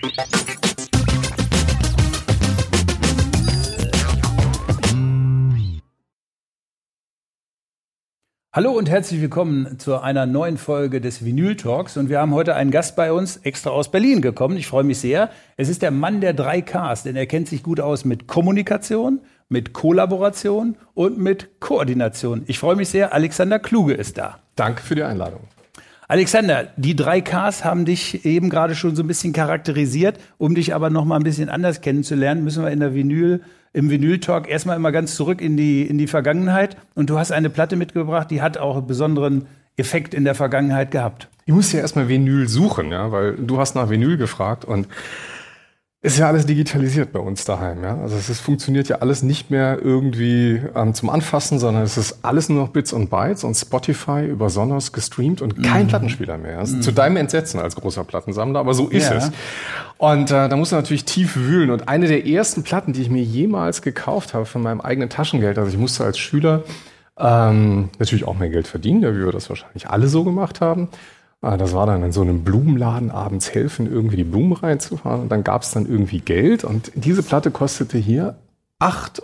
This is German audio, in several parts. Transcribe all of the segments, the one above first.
Hallo und herzlich willkommen zu einer neuen Folge des Vinyl Talks. Und wir haben heute einen Gast bei uns, extra aus Berlin gekommen. Ich freue mich sehr. Es ist der Mann der 3 Ks, denn er kennt sich gut aus mit Kommunikation, mit Kollaboration und mit Koordination. Ich freue mich sehr, Alexander Kluge ist da. Danke für die Einladung. Alexander, die 3 Ks haben dich eben gerade schon so ein bisschen charakterisiert. Um dich aber noch mal ein bisschen anders kennenzulernen, müssen wir im Vinyl-Talk erstmal immer ganz zurück in die Vergangenheit. Und du hast eine Platte mitgebracht, die hat auch einen besonderen Effekt in der Vergangenheit gehabt. Ich muss ja erstmal Vinyl suchen, ja, weil du hast nach Vinyl gefragt und ist ja alles digitalisiert bei uns daheim. Ja? Also es funktioniert ja alles nicht mehr irgendwie zum Anfassen, sondern es ist alles nur noch Bits und Bytes und Spotify über Sonos gestreamt und kein Plattenspieler mehr. Also zu deinem Entsetzen als großer Plattensammler, aber so ist es. Und da musst du natürlich tief wühlen. Und eine der ersten Platten, die ich mir jemals gekauft habe von meinem eigenen Taschengeld, also ich musste als Schüler natürlich auch mehr Geld verdienen, ja, wie wir das wahrscheinlich alle so gemacht haben. Das war dann in so einem Blumenladen abends helfen, irgendwie die Blumen reinzufahren. Und dann gab es dann irgendwie Geld. Und diese Platte kostete hier 8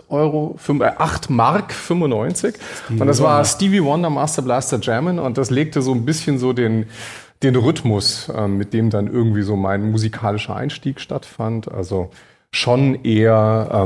Mark 95. Und das war Stevie Wonder Master Blaster Jammin'. Und das legte so ein bisschen so den Rhythmus, mit dem dann irgendwie so mein musikalischer Einstieg stattfand. Also schon eher,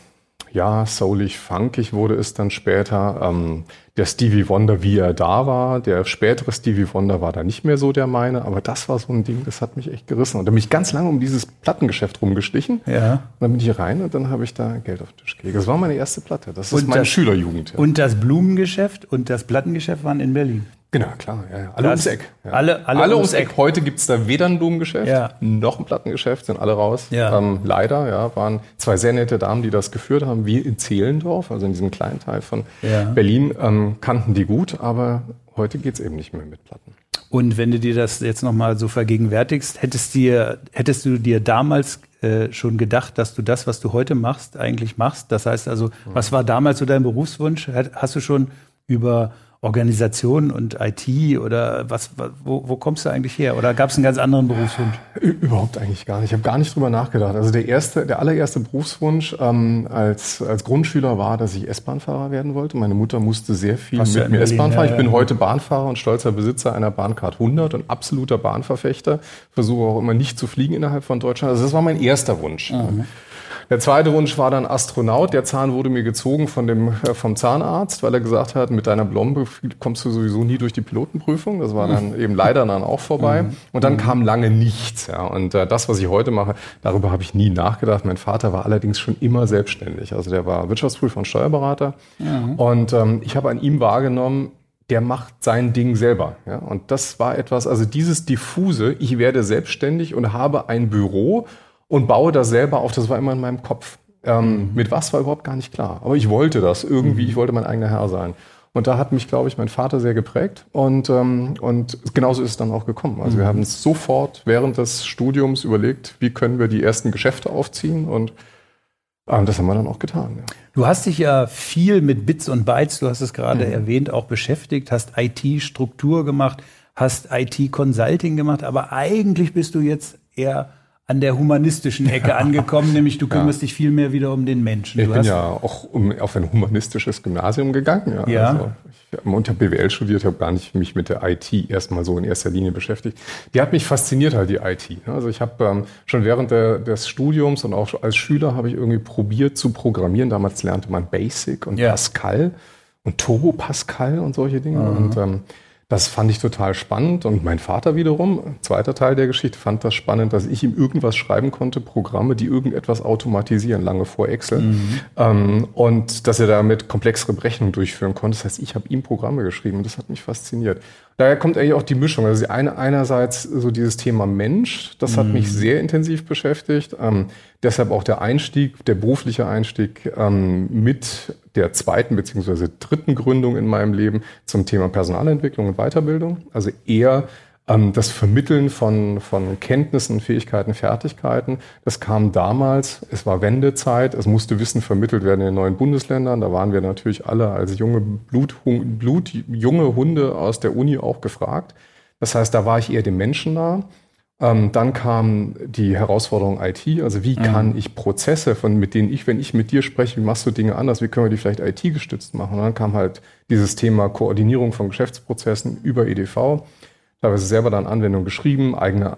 soulig, funkig wurde es dann später. Der Stevie Wonder, wie er da war, der spätere Stevie Wonder war da nicht mehr so der meine, aber das war so ein Ding, das hat mich echt gerissen. Und da bin ich ganz lange um dieses Plattengeschäft rumgestichen. Ja. Und dann bin ich rein und dann habe ich da Geld auf den Tisch gelegt. Das war meine erste Platte, das ist meine Schülerjugend. Ja. Und das Blumengeschäft und das Plattengeschäft waren in Berlin? Genau, klar. Ja. Alle ums Eck. Ja. Alle ums Eck. Heute gibt's da weder ein Blumengeschäft, noch ein Plattengeschäft, sind alle raus. Ja. Leider, waren 2 sehr nette Damen, die das geführt haben. Wir in Zehlendorf, also in diesem kleinen Teil von Berlin, kannten die gut, aber heute geht's eben nicht mehr mit Platten. Und wenn du dir das jetzt nochmal so vergegenwärtigst, hättest du dir damals schon gedacht, dass du das, was du heute machst, eigentlich machst? Das heißt also, was war damals so dein Berufswunsch? Hast du schon über Organisation und IT oder wo kommst du eigentlich her? Oder gab es einen ganz anderen Berufswunsch? Überhaupt eigentlich gar nicht. Ich habe gar nicht drüber nachgedacht. Also der allererste Berufswunsch als Grundschüler war, dass ich S-Bahn-Fahrer werden wollte. Meine Mutter musste sehr viel mit mir S-Bahn fahren. Ich bin heute Bahnfahrer und stolzer Besitzer einer Bahncard 100 und absoluter Bahnverfechter. Versuche auch immer nicht zu fliegen innerhalb von Deutschland. Also das war mein erster Wunsch. Der zweite Wunsch war dann Astronaut. Der Zahn wurde mir gezogen vom Zahnarzt, weil er gesagt hat, mit deiner Blombe kommst du sowieso nie durch die Pilotenprüfung. Das war dann eben leider dann auch vorbei. Und dann kam lange nichts. Ja. Und das, was ich heute mache, darüber habe ich nie nachgedacht. Mein Vater war allerdings schon immer selbstständig. Also der war Wirtschaftsprüfer und Steuerberater. Und ich habe an ihm wahrgenommen, der macht sein Ding selber. Ja. Und das war etwas, also dieses diffuse, ich werde selbstständig und habe ein Büro und baue das selber auf, das war immer in meinem Kopf. Mit was war überhaupt gar nicht klar. Aber ich wollte das irgendwie, ich wollte mein eigener Herr sein. Und da hat mich, glaube ich, mein Vater sehr geprägt. Und genauso ist es dann auch gekommen. Also wir haben uns sofort während des Studiums überlegt, wie können wir die ersten Geschäfte aufziehen. Und das haben wir dann auch getan. Ja. Du hast dich ja viel mit Bits und Bytes, du hast es gerade erwähnt, auch beschäftigt, hast IT-Struktur gemacht, hast IT-Consulting gemacht. Aber eigentlich bist du jetzt eher an der humanistischen Ecke angekommen, nämlich du kümmerst dich viel mehr wieder um den Menschen. Ich bin ja auch auf ein humanistisches Gymnasium gegangen. Ja. Also ich habe BWL studiert, habe gar nicht mich mit der IT erstmal so in erster Linie beschäftigt. Die hat mich fasziniert halt, die IT. Also ich habe schon während des Studiums und auch als Schüler habe ich irgendwie probiert zu programmieren. Damals lernte man Basic und Pascal und Turbo Pascal und solche Dinge. Und das fand ich total spannend und mein Vater wiederum, zweiter Teil der Geschichte, fand das spannend, dass ich ihm irgendwas schreiben konnte, Programme, die irgendetwas automatisieren, lange vor Excel, und dass er damit komplexere Berechnungen durchführen konnte. Das heißt, ich habe ihm Programme geschrieben und das hat mich fasziniert. Daher kommt eigentlich auch die Mischung. Also einerseits so dieses Thema Mensch, das hat mich sehr intensiv beschäftigt. Deshalb auch der berufliche Einstieg mit der zweiten bzw. dritten Gründung in meinem Leben zum Thema Personalentwicklung und Weiterbildung. Also eher das Vermitteln von Kenntnissen, Fähigkeiten, Fertigkeiten. Das kam damals, es war Wendezeit, es musste Wissen vermittelt werden in den neuen Bundesländern. Da waren wir natürlich alle als junge Hunde aus der Uni auch gefragt. Das heißt, da war ich eher dem Menschen nah. Dann kam die Herausforderung IT, also wie kann ich Prozesse, wenn ich mit dir spreche, wie machst du Dinge anders, wie können wir die vielleicht IT-gestützt machen? Und dann kam halt dieses Thema Koordinierung von Geschäftsprozessen über EDV, teilweise selber dann Anwendungen geschrieben, eigene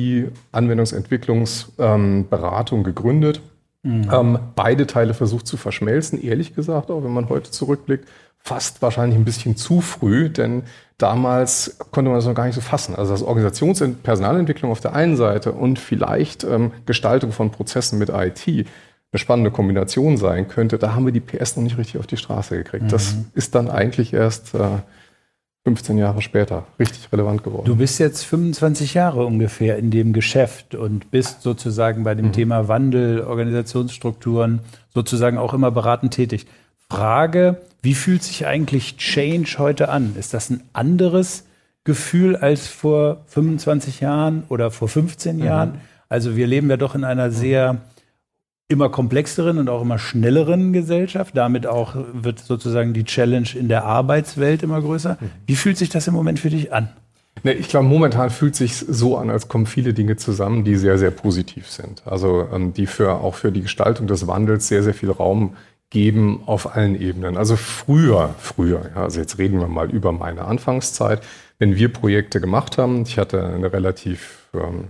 IT-Anwendungsentwicklungsberatung gegründet. Beide Teile versucht zu verschmelzen, ehrlich gesagt, auch wenn man heute zurückblickt, fast wahrscheinlich ein bisschen zu früh, denn damals konnte man das noch gar nicht so fassen. Also das Personalentwicklung auf der einen Seite und vielleicht Gestaltung von Prozessen mit IT eine spannende Kombination sein könnte, da haben wir die PS noch nicht richtig auf die Straße gekriegt. Das ist dann eigentlich erst 15 Jahre später richtig relevant geworden. Du bist jetzt 25 Jahre ungefähr in dem Geschäft und bist sozusagen bei dem Thema Wandel, Organisationsstrukturen sozusagen auch immer beratend tätig. Frage, wie fühlt sich eigentlich Change heute an? Ist das ein anderes Gefühl als vor 25 Jahren oder vor 15 Jahren? Also wir leben ja doch in einer sehr immer komplexeren und auch immer schnelleren Gesellschaft. Damit auch wird sozusagen die Challenge in der Arbeitswelt immer größer. Wie fühlt sich das im Moment für dich an? Ich glaube, momentan fühlt es sich so an, als kommen viele Dinge zusammen, die sehr, sehr positiv sind. Also die auch für die Gestaltung des Wandels sehr, sehr viel Raum geben auf allen Ebenen. Also früher, also jetzt reden wir mal über meine Anfangszeit, wenn wir Projekte gemacht haben, ich hatte eine relativ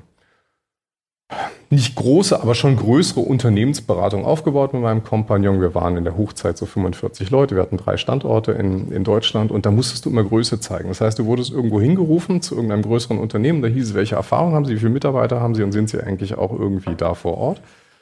nicht große, aber schon größere Unternehmensberatung aufgebaut mit meinem Kompagnon. Wir waren in der Hochzeit so 45 Leute, wir hatten 3 Standorte in Deutschland und da musstest du immer Größe zeigen. Das heißt, du wurdest irgendwo hingerufen zu irgendeinem größeren Unternehmen, da hieß es, welche Erfahrung haben Sie, wie viele Mitarbeiter haben Sie und sind Sie eigentlich auch irgendwie da vor Ort?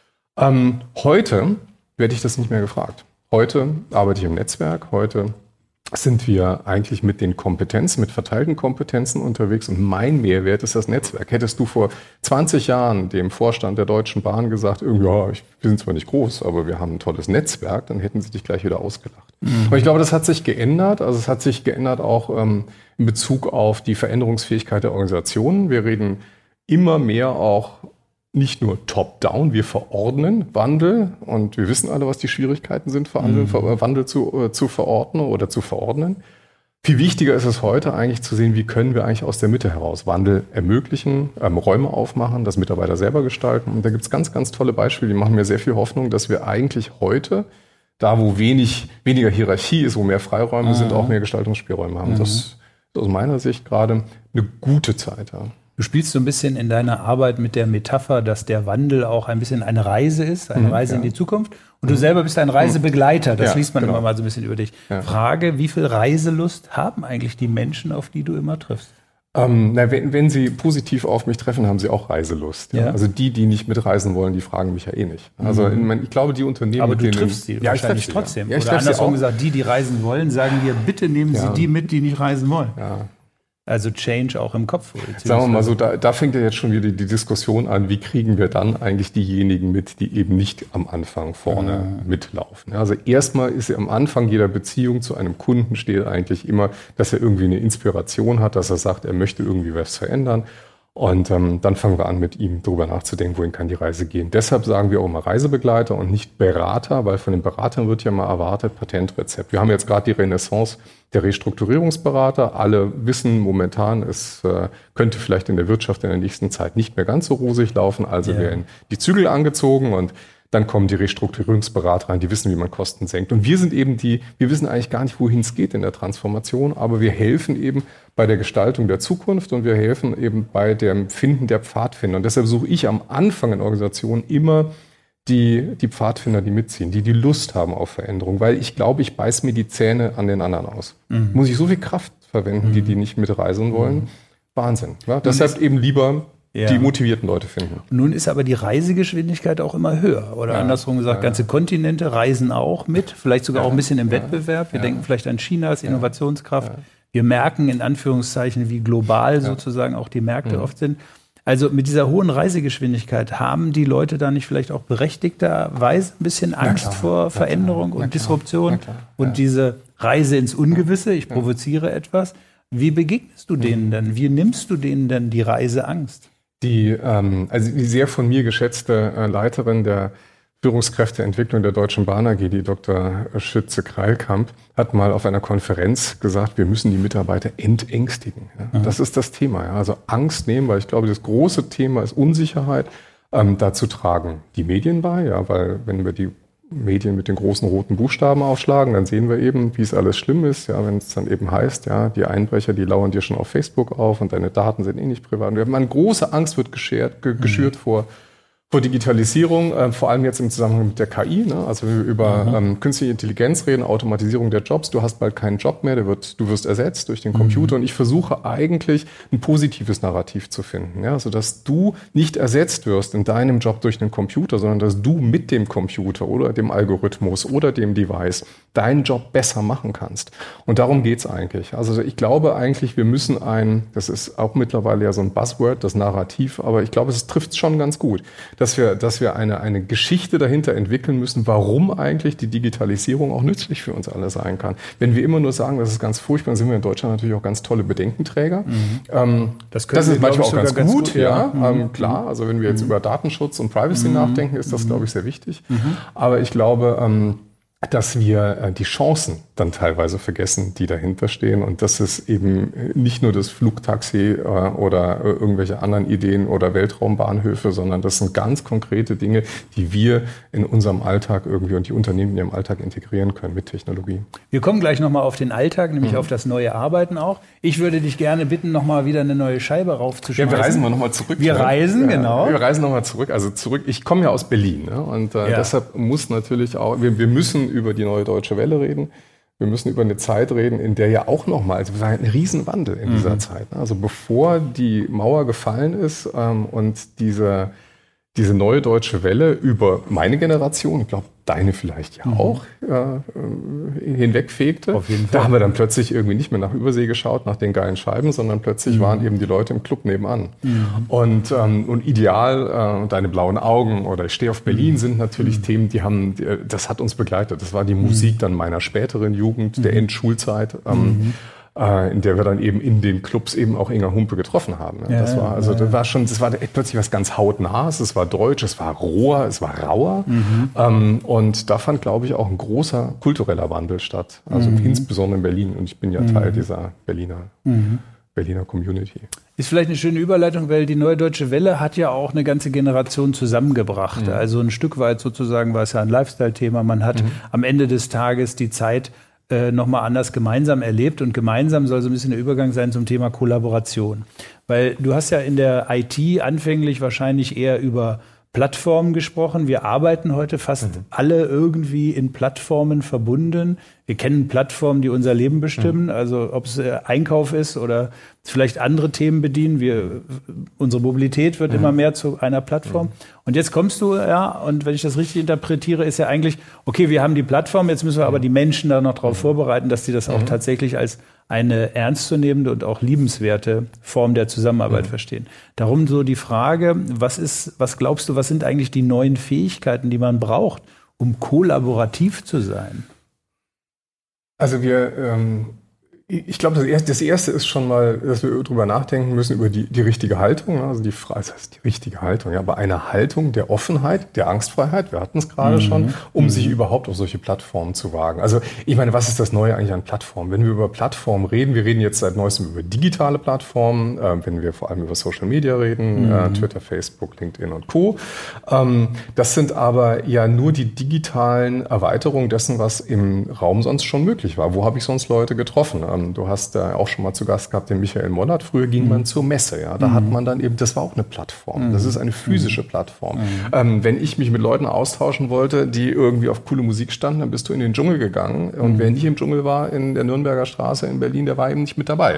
Heute werde ich das nicht mehr gefragt. Heute arbeite ich im Netzwerk, heute sind wir eigentlich mit den Kompetenzen, mit verteilten Kompetenzen unterwegs und mein Mehrwert ist das Netzwerk. Hättest du vor 20 Jahren dem Vorstand der Deutschen Bahn gesagt, wir sind zwar nicht groß, aber wir haben ein tolles Netzwerk, dann hätten sie dich gleich wieder ausgelacht. Und ich glaube, das hat sich geändert. Also es hat sich geändert auch in Bezug auf die Veränderungsfähigkeit der Organisationen. Wir reden immer mehr auch nicht nur top-down, wir verordnen Wandel und wir wissen alle, was die Schwierigkeiten sind, Wandel zu verordnen oder zu verordnen. Viel wichtiger ist es heute eigentlich zu sehen, wie können wir eigentlich aus der Mitte heraus Wandel ermöglichen, Räume aufmachen, das Mitarbeiter selber gestalten. Und da gibt es ganz, ganz tolle Beispiele, die machen mir sehr viel Hoffnung, dass wir eigentlich heute, da wo weniger Hierarchie ist, wo mehr Freiräume sind, auch mehr Gestaltungsspielräume haben. Das ist aus meiner Sicht gerade eine gute Zeit. Ja. Du spielst so ein bisschen in deiner Arbeit mit der Metapher, dass der Wandel auch ein bisschen eine Reise ist, eine Reise in die Zukunft. Und du selber bist ein Reisebegleiter, das liest man immer mal so ein bisschen über dich. Frage, wie viel Reiselust haben eigentlich die Menschen, auf die du immer triffst? Wenn sie positiv auf mich treffen, haben sie auch Reiselust. Ja? Also die nicht mitreisen wollen, die fragen mich ja eh nicht. Also ich glaube, die Unternehmen... Aber du triffst sie wahrscheinlich trotzdem. Ja, oder andersrum gesagt, die reisen wollen, sagen dir, bitte nehmen Sie die mit, die nicht reisen wollen. Ja. Also Change auch im Kopf. Sagen wir mal so, da fängt ja jetzt schon wieder die Diskussion an, wie kriegen wir dann eigentlich diejenigen mit, die eben nicht am Anfang vorne mitlaufen. Also erstmal ist ja am Anfang jeder Beziehung zu einem Kunden steht eigentlich immer, dass er irgendwie eine Inspiration hat, dass er sagt, er möchte irgendwie was verändern. Und dann fangen wir an, mit ihm darüber nachzudenken, wohin kann die Reise gehen. Deshalb sagen wir auch mal Reisebegleiter und nicht Berater, weil von den Beratern wird ja mal erwartet, Patentrezept. Wir haben jetzt gerade die Renaissance der Restrukturierungsberater. Alle wissen momentan, es könnte vielleicht in der Wirtschaft in der nächsten Zeit nicht mehr ganz so rosig laufen. Also werden die Zügel angezogen und dann kommen die Restrukturierungsberater rein, die wissen, wie man Kosten senkt. Und wir sind eben wir wissen eigentlich gar nicht, wohin es geht in der Transformation, aber wir helfen eben bei der Gestaltung der Zukunft und wir helfen eben bei dem Finden der Pfadfinder. Und deshalb suche ich am Anfang in Organisationen immer die Pfadfinder, die mitziehen, die Lust haben auf Veränderung, weil ich glaube, ich beiß mir die Zähne an den anderen aus. Muss ich so viel Kraft verwenden, die nicht mitreisen wollen? Wahnsinn. Ja? Deshalb eben lieber die motivierten Leute finden. Nun ist aber die Reisegeschwindigkeit auch immer höher. Oder andersrum gesagt, ganze Kontinente reisen auch mit, vielleicht sogar auch ein bisschen im Wettbewerb. Wir denken vielleicht an China als Innovationskraft. Wir merken in Anführungszeichen, wie global sozusagen auch die Märkte oft sind. Also mit dieser hohen Reisegeschwindigkeit haben die Leute da nicht vielleicht auch berechtigterweise ein bisschen Angst vor Veränderung und Disruption und diese Reise ins Ungewisse, ich provoziere etwas. Wie begegnest du denen denn? Wie nimmst du denen denn die Reiseangst? Die sehr von mir geschätzte Leiterin der Führungskräfteentwicklung der Deutschen Bahn AG, die Dr. Schütze-Kreilkamp, hat mal auf einer Konferenz gesagt, wir müssen die Mitarbeiter entängstigen. Ja. Das ist das Thema. Ja. Also Angst nehmen, weil ich glaube, das große Thema ist Unsicherheit. Dazu tragen die Medien bei, ja, weil wenn wir die Medien mit den großen roten Buchstaben aufschlagen, dann sehen wir eben, wie es alles schlimm ist, ja, wenn es dann eben heißt, ja, die Einbrecher, die lauern dir schon auf Facebook auf und deine Daten sind nicht privat. Und wir haben eine große Angst wird geschürt vor Digitalisierung, vor allem jetzt im Zusammenhang mit der KI, ne? Also wenn wir über künstliche Intelligenz reden, Automatisierung der Jobs, du hast bald keinen Job mehr, du wirst ersetzt durch den Computer und ich versuche eigentlich ein positives Narrativ zu finden, ja? Also dass du nicht ersetzt wirst in deinem Job durch den Computer, sondern dass du mit dem Computer oder dem Algorithmus oder dem Device deinen Job besser machen kannst. Und darum geht's eigentlich. Also ich glaube eigentlich, wir müssen das ist auch mittlerweile ja so ein Buzzword, das Narrativ, aber ich glaube, es trifft schon ganz gut, dass wir eine Geschichte dahinter entwickeln müssen, warum eigentlich die Digitalisierung auch nützlich für uns alle sein kann. Wenn wir immer nur sagen, das ist ganz furchtbar, dann sind wir in Deutschland natürlich auch ganz tolle Bedenkenträger. Das ist manchmal auch ganz gut, ja. Klar, also wenn wir jetzt über Datenschutz und Privacy nachdenken, ist das, glaube ich, sehr wichtig. Aber ich glaube, dass wir die Chancen dann teilweise vergessen, die dahinter stehen. Und das ist eben nicht nur das Flugtaxi oder irgendwelche anderen Ideen oder Weltraumbahnhöfe, sondern das sind ganz konkrete Dinge, die wir in unserem Alltag irgendwie und die Unternehmen in ihrem Alltag integrieren können mit Technologie. Wir kommen gleich nochmal auf den Alltag, nämlich auf das neue Arbeiten auch. Ich würde dich gerne bitten, nochmal wieder eine neue Scheibe raufzuschmeißen. Ja, wir reisen mal nochmal zurück. Wir reisen, genau. Wir reisen nochmal zurück. Also zurück. Ich komme ja aus Berlin, ne? Und deshalb muss natürlich auch, wir müssen über die Neue Deutsche Welle reden. Wir müssen über eine Zeit reden, in der ja auch nochmal, also es war ein Riesenwandel in dieser Zeit. Also bevor die Mauer gefallen ist und diese Neue Deutsche Welle über meine Generation, ich glaube deine vielleicht ja auch, hinwegfegte. Auf jeden Fall. Da haben wir dann plötzlich irgendwie nicht mehr nach Übersee geschaut, nach den geilen Scheiben, sondern plötzlich waren eben die Leute im Club nebenan. Und Ideal, Deine blauen Augen oder Ich stehe auf Berlin sind natürlich Themen, das hat uns begleitet. Das war die Musik dann meiner späteren Jugend, der Endschulzeit. In der wir dann eben in den Clubs eben auch Inga Humpe getroffen haben. Das war plötzlich was ganz hautnahes, es war deutsch, es war roher, es war rauer. Und da fand, glaube ich, auch ein großer kultureller Wandel statt. Also insbesondere in Berlin. Und ich bin ja Teil dieser Berliner Community. Ist vielleicht eine schöne Überleitung, weil die Neue Deutsche Welle hat ja auch eine ganze Generation zusammengebracht. Also ein Stück weit sozusagen war es ja ein Lifestyle-Thema. Man hat am Ende des Tages die Zeit nochmal anders gemeinsam erlebt. Und gemeinsam soll so ein bisschen der Übergang sein zum Thema Kollaboration. Weil du hast ja in der IT anfänglich wahrscheinlich eher über Plattformen gesprochen. Wir arbeiten heute fast alle irgendwie in Plattformen verbunden. Wir kennen Plattformen, die unser Leben bestimmen. Also ob es Einkauf ist oder vielleicht andere Themen bedienen. Unsere Mobilität wird immer mehr zu einer Plattform. Und jetzt kommst du, und wenn ich das richtig interpretiere, ist ja eigentlich, okay, wir haben die Plattform, jetzt müssen wir aber die Menschen da noch darauf vorbereiten, dass die das auch tatsächlich als eine ernstzunehmende und auch liebenswerte Form der Zusammenarbeit verstehen. Darum so die Frage, was glaubst du, was sind eigentlich die neuen Fähigkeiten, die man braucht, um kollaborativ zu sein? Also ich glaube, das Erste ist schon mal, dass wir darüber nachdenken müssen, über die richtige Haltung. Also die Frage, das heißt die richtige Haltung, ja, aber eine Haltung der Offenheit, der Angstfreiheit, wir hatten es gerade schon, um sich überhaupt auf solche Plattformen zu wagen. Also ich meine, was ist das Neue eigentlich an Plattformen? Wenn wir über Plattformen reden, wir reden jetzt seit neuestem über digitale Plattformen, wenn wir vor allem über Social Media reden, Twitter, Facebook, LinkedIn und Co. Das sind aber ja nur die digitalen Erweiterungen dessen, was im Raum sonst schon möglich war. Wo habe ich sonst Leute getroffen? Du hast auch schon mal zu Gast gehabt den Michael Mollert. Früher ging man zur Messe. Ja, da hat man dann eben, das war auch eine Plattform. Das ist eine physische Plattform. Wenn ich mich mit Leuten austauschen wollte, die irgendwie auf coole Musik standen, dann bist du in den Dschungel gegangen. Und wer nicht im Dschungel war, in der Nürnberger Straße in Berlin, der war eben nicht mit dabei.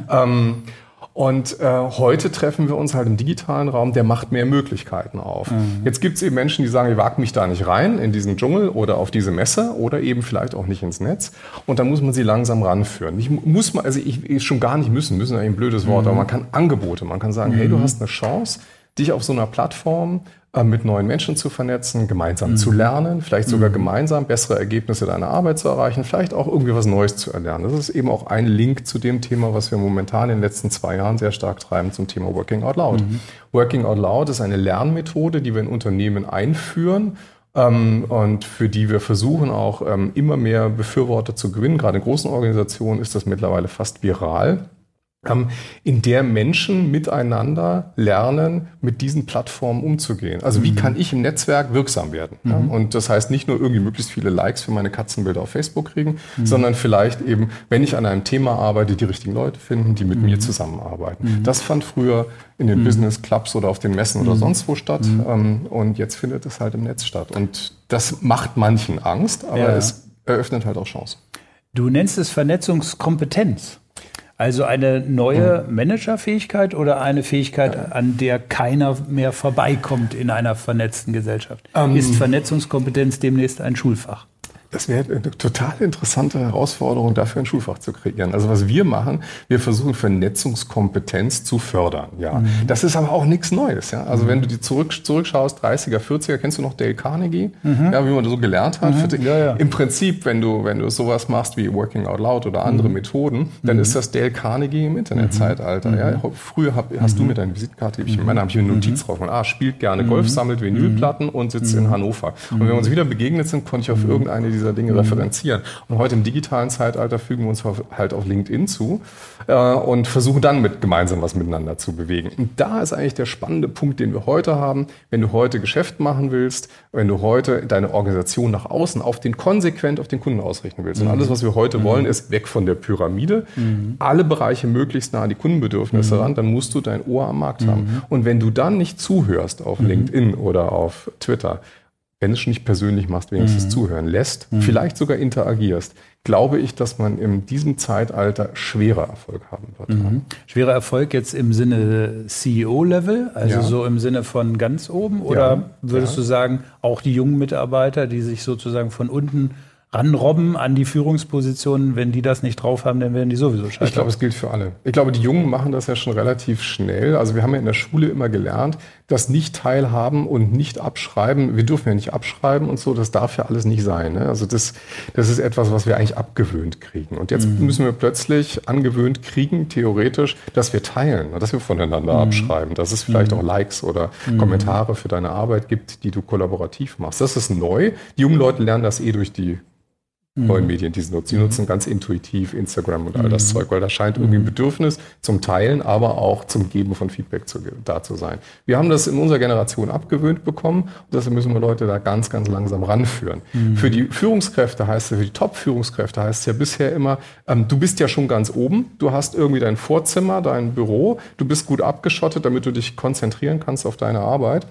Und heute treffen wir uns halt im digitalen Raum, der macht mehr Möglichkeiten auf. Jetzt gibt es eben Menschen, die sagen, ich wage mich da nicht rein in diesen Dschungel oder auf diese Messe oder eben vielleicht auch nicht ins Netz. Und dann muss man sie langsam ranführen. Ich schon gar nicht müssen ist eigentlich ein blödes Wort, aber man kann Angebote, man kann sagen, hey, du hast eine Chance, dich auf so einer Plattform mit neuen Menschen zu vernetzen, gemeinsam zu lernen, vielleicht sogar gemeinsam bessere Ergebnisse deiner Arbeit zu erreichen, vielleicht auch irgendwie was Neues zu erlernen. Das ist eben auch ein Link zu dem Thema, was wir momentan in den letzten 2 Jahren sehr stark treiben, zum Thema Working Out Loud. Working Out Loud ist eine Lernmethode, die wir in Unternehmen einführen, und für die wir versuchen auch immer mehr Befürworter zu gewinnen. Gerade in großen Organisationen ist das mittlerweile fast viral. In der Menschen miteinander lernen, mit diesen Plattformen umzugehen. Also wie kann ich im Netzwerk wirksam werden? Ja? Und das heißt nicht nur irgendwie möglichst viele Likes für meine Katzenbilder auf Facebook kriegen, sondern vielleicht eben, wenn ich an einem Thema arbeite, die richtigen Leute finden, die mit mir zusammenarbeiten. Das fand früher in den Business Clubs oder auf den Messen oder sonst wo statt. Und jetzt findet es halt im Netz statt. Und das macht manchen Angst, aber es eröffnet halt auch Chancen. Du nennst es Vernetzungskompetenz. Also eine neue Managerfähigkeit oder eine Fähigkeit, an der keiner mehr vorbeikommt in einer vernetzten Gesellschaft? Ist Vernetzungskompetenz demnächst ein Schulfach? Das wäre eine total interessante Herausforderung, dafür ein Schulfach zu kreieren. Also was wir machen, wir versuchen Vernetzungskompetenz zu fördern. Ja, das ist aber auch nichts Neues. Ja, also wenn du die zurückschaust, 30er, 40er, kennst du noch Dale Carnegie? Ja, wie man das so gelernt hat. Im Prinzip, wenn du sowas machst wie Working Out Loud oder andere Methoden, dann ist das Dale Carnegie im Internetzeitalter. Ja, früher hast du mir deine Visitkarte, meiner habe ich eine Notiz drauf. Spielt gerne Golf, sammelt Vinylplatten und sitzt in Hannover. Und wenn wir uns wieder begegnet sind, konnte ich auf irgendeine dieser Dinge referenzieren. Und heute im digitalen Zeitalter fügen wir uns halt auf LinkedIn zu und versuchen dann gemeinsam was miteinander zu bewegen. Und da ist eigentlich der spannende Punkt, den wir heute haben. Wenn du heute Geschäft machen willst, wenn du heute deine Organisation nach außen konsequent auf den Kunden ausrichten willst. Und alles, was wir heute wollen, ist weg von der Pyramide, alle Bereiche möglichst nah an die Kundenbedürfnisse ran, dann musst du dein Ohr am Markt haben. Und wenn du dann nicht zuhörst auf LinkedIn oder auf Twitter, wenn du es schon nicht persönlich machst, wenigstens zuhören lässt, vielleicht sogar interagierst, glaube ich, dass man in diesem Zeitalter schwerer Erfolg haben wird. Schwerer Erfolg jetzt im Sinne CEO-Level, also so im Sinne von ganz oben? Oder würdest du sagen, auch die jungen Mitarbeiter, die sich sozusagen von unten ranrobben an die Führungspositionen, wenn die das nicht drauf haben, dann werden die sowieso scheitern? Ich glaube, es gilt für alle. Ich glaube, die Jungen machen das ja schon relativ schnell. Also wir haben ja in der Schule immer gelernt, dass nicht teilhaben und nicht abschreiben, wir dürfen ja nicht abschreiben und so, das darf ja alles nicht sein. Ne? Also das ist etwas, was wir eigentlich abgewöhnt kriegen. Und jetzt müssen wir plötzlich angewöhnt kriegen, theoretisch, dass wir teilen, dass wir voneinander abschreiben, dass es vielleicht auch Likes oder Kommentare für deine Arbeit gibt, die du kollaborativ machst. Das ist neu. Die jungen Leute lernen das durch die neuen Medien, die sie nutzen. Die nutzen ganz intuitiv Instagram und all das Zeug, weil da scheint irgendwie ein Bedürfnis zum Teilen, aber auch zum Geben von Feedback da zu sein. Wir haben das in unserer Generation abgewöhnt bekommen und deshalb müssen wir Leute da ganz, ganz langsam ranführen. Für die Führungskräfte für die Top-Führungskräfte heißt es ja bisher immer, du bist ja schon ganz oben, du hast irgendwie dein Vorzimmer, dein Büro, du bist gut abgeschottet, damit du dich konzentrieren kannst auf deine Arbeit.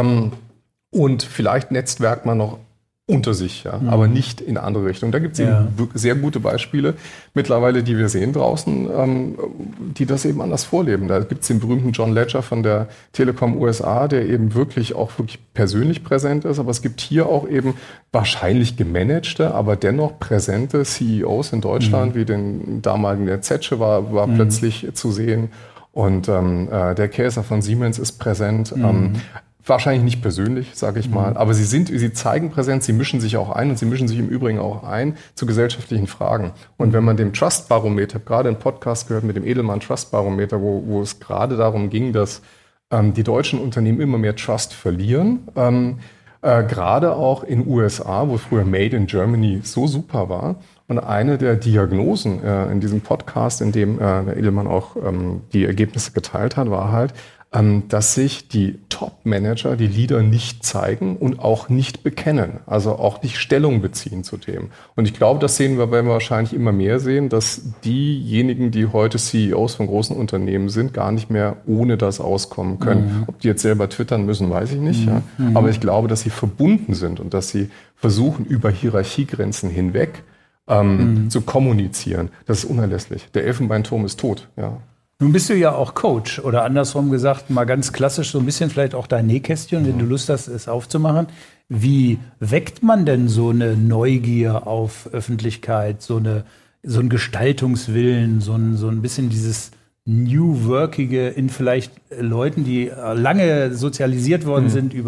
Und vielleicht netzwerkt man noch unter sich, aber nicht in andere Richtungen. Da gibt es eben sehr gute Beispiele mittlerweile, die wir sehen draußen, die das eben anders vorleben. Da gibt es den berühmten John Legere von der Telekom USA, der eben wirklich persönlich präsent ist, aber es gibt hier auch eben wahrscheinlich gemanagte, aber dennoch präsente CEOs in Deutschland, wie den damaligen, der Zetsche war plötzlich zu sehen und der Käser von Siemens ist präsent. Wahrscheinlich nicht persönlich, sage ich mal, aber sie zeigen Präsenz, sie mischen sich auch ein und sie mischen sich im Übrigen auch ein zu gesellschaftlichen Fragen. Und wenn man dem Trust-Barometer, gerade einen Podcast gehört mit dem Edelmann Trust-Barometer, wo es gerade darum ging, dass die deutschen Unternehmen immer mehr Trust verlieren, gerade auch in USA, wo früher Made in Germany so super war. Und eine der Diagnosen in diesem Podcast, in dem der Edelmann auch die Ergebnisse geteilt hat, war halt, dass sich die Top-Manager, die Leader nicht zeigen und auch nicht bekennen, also auch nicht Stellung beziehen zu Themen. Und ich glaube, das werden wir wahrscheinlich immer mehr sehen, dass diejenigen, die heute CEOs von großen Unternehmen sind, gar nicht mehr ohne das auskommen können. Ob die jetzt selber twittern müssen, weiß ich nicht. Ja. Aber ich glaube, dass sie verbunden sind und dass sie versuchen, über Hierarchiegrenzen hinweg zu kommunizieren. Das ist unerlässlich. Der Elfenbeinturm ist tot, ja. Nun bist du ja auch Coach oder andersrum gesagt, mal ganz klassisch so ein bisschen vielleicht auch dein Nähkästchen, wenn du Lust hast, es aufzumachen. Wie weckt man denn so eine Neugier auf Öffentlichkeit, so ein Gestaltungswillen, so ein bisschen dieses New Workige in vielleicht Leuten, die lange sozialisiert worden sind über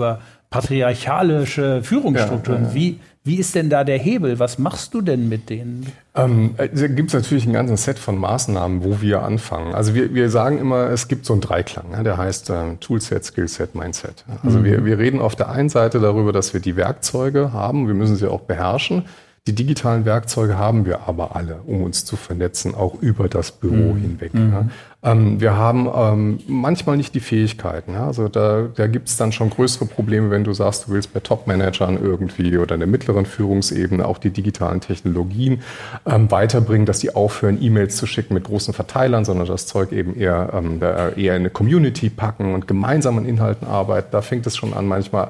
patriarchalische Führungsstrukturen. Wie ist denn da der Hebel? Was machst du denn mit denen? Da gibt es natürlich ein ganzes Set von Maßnahmen, wo wir anfangen. Also wir sagen immer, es gibt so einen Dreiklang, der heißt Toolset, Skillset, Mindset. Also wir reden auf der einen Seite darüber, dass wir die Werkzeuge haben, wir müssen sie auch beherrschen. Die digitalen Werkzeuge haben wir aber alle, um uns zu vernetzen, auch über das Büro hinweg. Ja. Wir haben manchmal nicht die Fähigkeiten. Ja. Also da gibt es dann schon größere Probleme, wenn du sagst, du willst bei Top-Managern irgendwie oder in der mittleren Führungsebene auch die digitalen Technologien weiterbringen, dass die aufhören, E-Mails zu schicken mit großen Verteilern, sondern das Zeug eben eher in eine Community packen und gemeinsam an Inhalten arbeiten. Da fängt es schon an, manchmal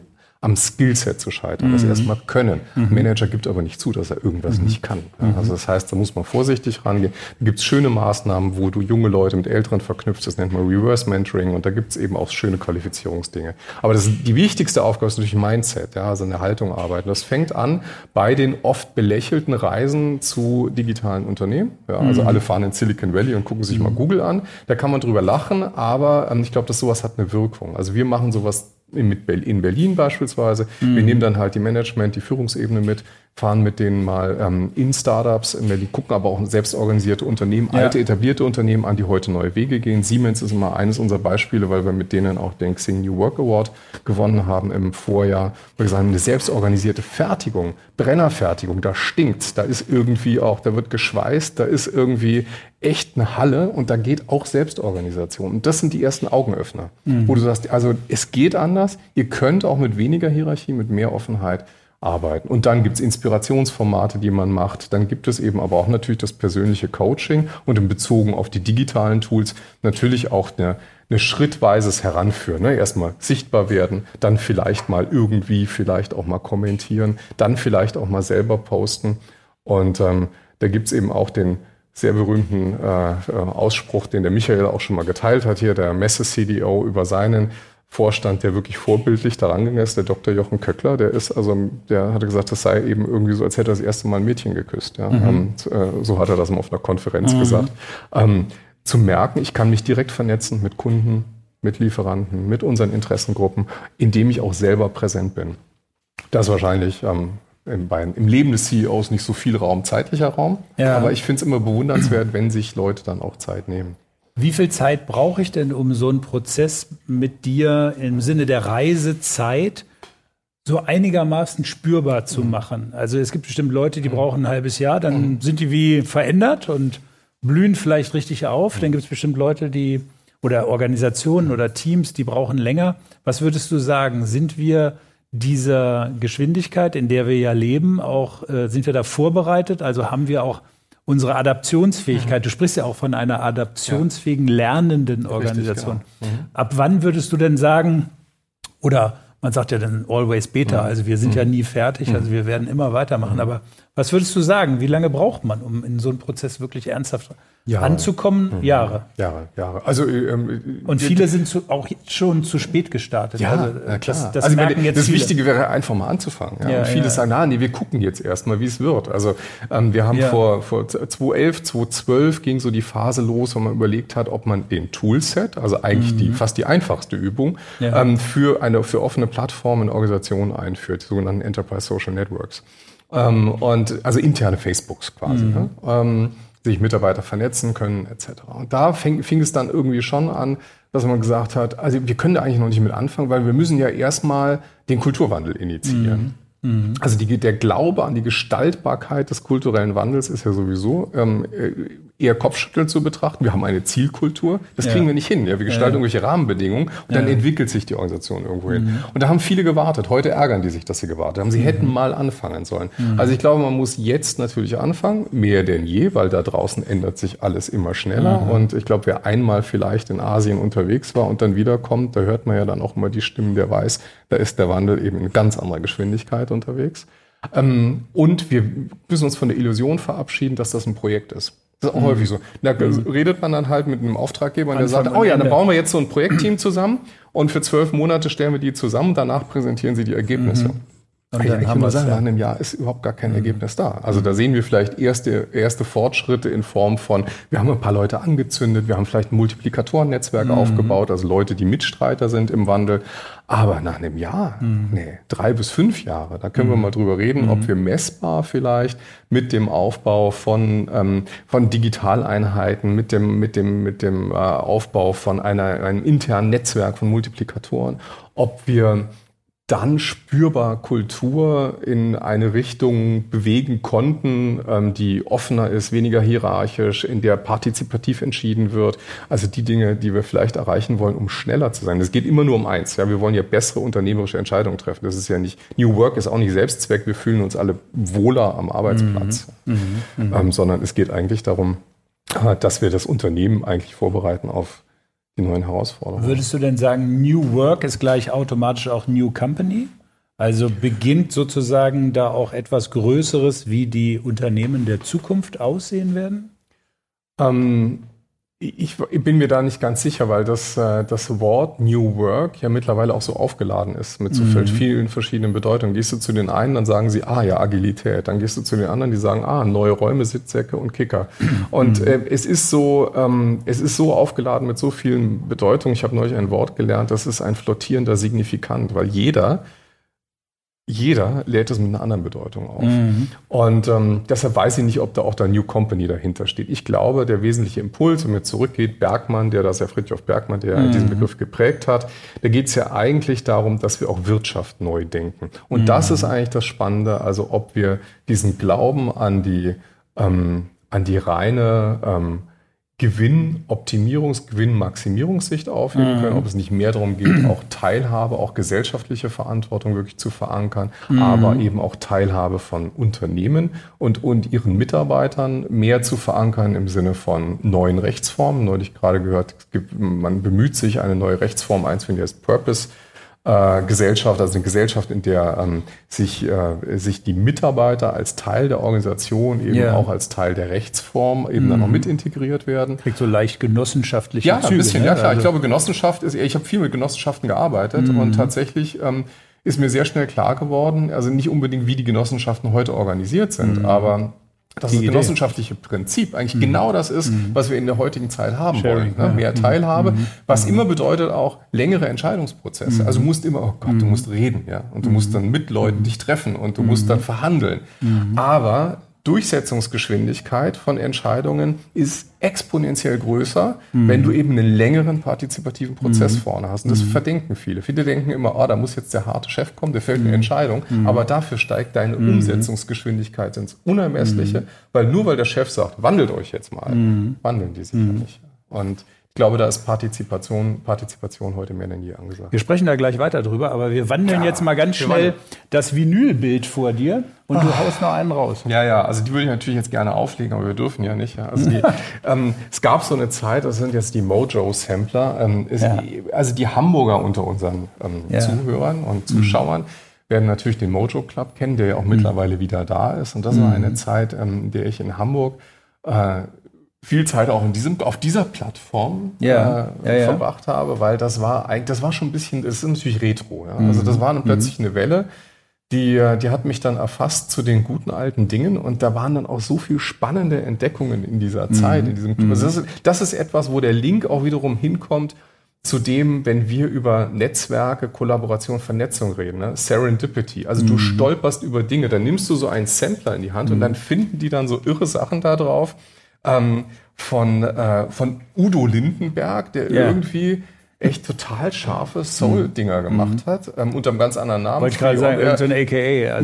am Skillset zu scheitern, das erstmal können. Manager gibt aber nicht zu, dass er irgendwas nicht kann. Ja, also das heißt, da muss man vorsichtig rangehen. Da gibt es schöne Maßnahmen, wo du junge Leute mit Älteren verknüpfst, das nennt man Reverse Mentoring und da gibt es eben auch schöne Qualifizierungsdinge. Aber die wichtigste Aufgabe ist natürlich Mindset, ja, also eine Haltung arbeiten. Das fängt an bei den oft belächelten Reisen zu digitalen Unternehmen. Ja, also alle fahren in Silicon Valley und gucken sich mal Google an. Da kann man drüber lachen, aber ich glaube, dass sowas hat eine Wirkung. Also wir machen sowas in Berlin beispielsweise. Wir nehmen dann halt die Management, die Führungsebene mit, fahren mit denen mal in Startups in Berlin, gucken aber auch selbstorganisierte Unternehmen, alte etablierte Unternehmen an, die heute neue Wege gehen. Siemens ist immer eines unserer Beispiele, weil wir mit denen auch den Xing New Work Award gewonnen haben im Vorjahr. Wir sagen, eine selbstorganisierte Fertigung, Brennerfertigung, da stinkt, da ist irgendwie auch, da wird geschweißt, da ist irgendwie echt eine Halle und da geht auch Selbstorganisation. Und das sind die ersten Augenöffner, wo du sagst, also es geht anders, ihr könnt auch mit weniger Hierarchie, mit mehr Offenheit arbeiten. Und dann gibt es Inspirationsformate, die man macht. Dann gibt es eben aber auch natürlich das persönliche Coaching und in Bezug auf die digitalen Tools natürlich auch eine schrittweises Heranführen. Ne? Erstmal sichtbar werden, dann vielleicht mal irgendwie, vielleicht auch mal kommentieren, dann vielleicht auch mal selber posten. Und da gibt es eben auch den sehr berühmten Ausspruch, den der Michael auch schon mal geteilt hat hier, der Messe-CDO über seinen Vorstand, der wirklich vorbildlich daran gegangen ist, der Dr. Jochen Köckler, der hatte gesagt, das sei eben irgendwie so, als hätte er das erste Mal ein Mädchen geküsst. Ja? So hat er das mal auf einer Konferenz gesagt. Zu merken, ich kann mich direkt vernetzen mit Kunden, mit Lieferanten, mit unseren Interessengruppen, indem ich auch selber präsent bin. Das ist wahrscheinlich im Leben des CEOs nicht so viel Raum, zeitlicher Raum. Ja. Aber ich finde es immer bewundernswert, wenn sich Leute dann auch Zeit nehmen. Wie viel Zeit brauche ich denn, um so einen Prozess mit dir im Sinne der Reisezeit so einigermaßen spürbar zu machen? Also es gibt bestimmt Leute, die brauchen ein halbes Jahr, dann sind die wie verändert und blühen vielleicht richtig auf. Dann gibt es bestimmt Leute, oder Organisationen oder Teams, die brauchen länger. Was würdest du sagen? Sind wir dieser Geschwindigkeit, in der wir ja leben, sind wir da vorbereitet? Also haben wir auch unsere Adaptionsfähigkeit? Du sprichst ja auch von einer adaptionsfähigen, lernenden Organisation. Richtig, genau. Ab wann würdest du denn sagen, oder man sagt ja dann always beta, also wir sind ja nie fertig, also wir werden immer weitermachen. Aber was würdest du sagen, wie lange braucht man, um in so einen Prozess wirklich ernsthaft anzukommen? Jahre. Also, und viele sind auch schon zu spät gestartet. Ja, also, klar. Das merken jetzt das viele. Wichtige wäre einfach mal anzufangen. Ja? Und viele sagen, wir gucken jetzt erstmal, wie es wird. Also wir haben vor 2011, 2012 ging so die Phase los, wo man überlegt hat, ob man den Toolset, also eigentlich fast die einfachste Übung, für offene Plattformen in Organisationen einführt, die sogenannten Enterprise Social Networks. Und also interne Facebooks quasi. Ne? Sich Mitarbeiter vernetzen können, etc. Und da fing es dann irgendwie schon an, dass man gesagt hat, also wir können da eigentlich noch nicht mit anfangen, weil wir müssen ja erstmal den Kulturwandel initiieren. Also der Glaube an die Gestaltbarkeit des kulturellen Wandels ist ja sowieso eher kopfschüttelnd zu betrachten. Wir haben eine Zielkultur, das kriegen wir nicht hin. Ja? Wir gestalten irgendwelche Rahmenbedingungen und dann entwickelt sich die Organisation irgendwo hin. Und da haben viele gewartet. Heute ärgern die sich, dass sie gewartet haben. Sie hätten mal anfangen sollen. Also ich glaube, man muss jetzt natürlich anfangen, mehr denn je, weil da draußen ändert sich alles immer schneller. Und ich glaube, wer einmal vielleicht in Asien unterwegs war und dann wiederkommt, da hört man ja dann auch immer die Stimmen, der weiß, da ist der Wandel eben in ganz anderer Geschwindigkeit unterwegs. Und wir müssen uns von der Illusion verabschieden, dass das ein Projekt ist. Das ist auch häufig so. Da redet man dann halt mit einem Auftraggeber, der sagt, dann bauen wir jetzt so ein Projektteam zusammen und für 12 Monate stellen wir die zusammen, danach präsentieren sie die Ergebnisse. Und dann haben wir sagen, nach einem Jahr ist überhaupt gar kein Ergebnis da. Also da sehen wir vielleicht erste Fortschritte in Form von, wir haben ein paar Leute angezündet, wir haben vielleicht ein Multiplikatorennetzwerk aufgebaut, also Leute, die Mitstreiter sind im Wandel. Aber nach einem Jahr, 3 bis 5 Jahre, da können wir mal drüber reden, ob wir messbar vielleicht mit dem Aufbau von Digitaleinheiten, mit dem Aufbau von einem internen Netzwerk von Multiplikatoren, ob wir dann spürbar Kultur in eine Richtung bewegen konnten, die offener ist, weniger hierarchisch, in der partizipativ entschieden wird. Also die Dinge, die wir vielleicht erreichen wollen, um schneller zu sein. Es geht immer nur um eins. Ja, wir wollen ja bessere unternehmerische Entscheidungen treffen. Das ist ja nicht, New Work ist auch nicht Selbstzweck. Wir fühlen uns alle wohler am Arbeitsplatz. Sondern es geht eigentlich darum, dass wir das Unternehmen eigentlich vorbereiten auf die neuen Herausforderungen. Würdest du denn sagen, New Work ist gleich automatisch auch New Company? Also beginnt sozusagen da auch etwas Größeres, wie die Unternehmen der Zukunft aussehen werden? Ich bin mir da nicht ganz sicher, weil das Wort New Work ja mittlerweile auch so aufgeladen ist mit so vielen verschiedenen Bedeutungen. Gehst du zu den einen, dann sagen sie, ja, Agilität. Dann gehst du zu den anderen, die sagen, neue Räume, Sitzsäcke und Kicker. Und es ist so aufgeladen mit so vielen Bedeutungen. Ich habe neulich ein Wort gelernt, das ist ein flottierender Signifikant, weil jeder lädt es mit einer anderen Bedeutung auf. Und deshalb weiß ich nicht, ob da auch da New Company dahinter steht. Ich glaube, der wesentliche Impuls, wenn man zurückgeht, Bergmann, Friedrich Bergmann, der diesen Begriff geprägt hat, da geht es ja eigentlich darum, dass wir auch Wirtschaft neu denken. Und das ist eigentlich das Spannende, also ob wir diesen Glauben an die reine Gewinnmaximierungssicht aufnehmen können, ob es nicht mehr darum geht, auch Teilhabe, auch gesellschaftliche Verantwortung wirklich zu verankern, aber eben auch Teilhabe von Unternehmen und ihren Mitarbeitern mehr zu verankern im Sinne von neuen Rechtsformen. Neulich gerade gehört, man bemüht sich, eine neue Rechtsform einzuführen, die heißt Purpose Gesellschaft, also eine Gesellschaft, in der sich die Mitarbeiter als Teil der Organisation eben auch als Teil der Rechtsform eben dann noch mit integriert werden. Kriegt so leicht genossenschaftliche Züge. Ja, ein bisschen, ne? ja klar. Also ich glaube, Genossenschaft ist, ich habe viel mit Genossenschaften gearbeitet und tatsächlich ist mir sehr schnell klar geworden, also nicht unbedingt, wie die Genossenschaften heute organisiert sind, aber dass das genossenschaftliche Prinzip eigentlich genau das ist, was wir in der heutigen Zeit haben wollen. Ne? Mehr Teilhabe, was immer bedeutet auch längere Entscheidungsprozesse. Also du musst immer, du musst reden, ja, und du musst dann mit Leuten dich treffen und du musst dann verhandeln. Aber Durchsetzungsgeschwindigkeit von Entscheidungen ist exponentiell größer, wenn du eben einen längeren partizipativen Prozess vorne hast. Und das verdenken viele. Viele denken immer, da muss jetzt der harte Chef kommen, der fällt eine Entscheidung. Aber dafür steigt deine Umsetzungsgeschwindigkeit ins Unermessliche, weil der Chef sagt, wandelt euch jetzt mal, wandeln die sich ja nicht. Und ich glaube, da ist Partizipation heute mehr denn je angesagt. Wir sprechen da gleich weiter drüber, aber wir wandeln jetzt mal ganz schnell das Vinylbild vor dir und du haust noch einen raus. Ja, also die würde ich natürlich jetzt gerne auflegen, aber wir dürfen ja nicht. Ja. Also es gab so eine Zeit, das sind jetzt die Mojo-Sampler, also die Hamburger unter unseren Zuhörern und Zuschauern werden natürlich den Mojo Club kennen, der ja auch mittlerweile wieder da ist. Und das war eine Zeit, in der ich in Hamburg viel Zeit auch auf dieser Plattform verbracht habe, weil das war schon ein bisschen, das ist natürlich Retro. Ja? Also das war dann plötzlich eine Welle, die hat mich dann erfasst zu den guten alten Dingen und da waren dann auch so viel spannende Entdeckungen in dieser Zeit. In diesem also das ist etwas, wo der Link auch wiederum hinkommt zu dem, wenn wir über Netzwerke, Kollaboration, Vernetzung reden, ne? Serendipity. Also du stolperst über Dinge, dann nimmst du so einen Sampler in die Hand und dann finden die dann so irre Sachen da drauf. Von Udo Lindenberg, der irgendwie echt total scharfe Soul-Dinger gemacht hat, unter einem ganz anderen Namen. Wollte ich gerade sagen, so ein AKA.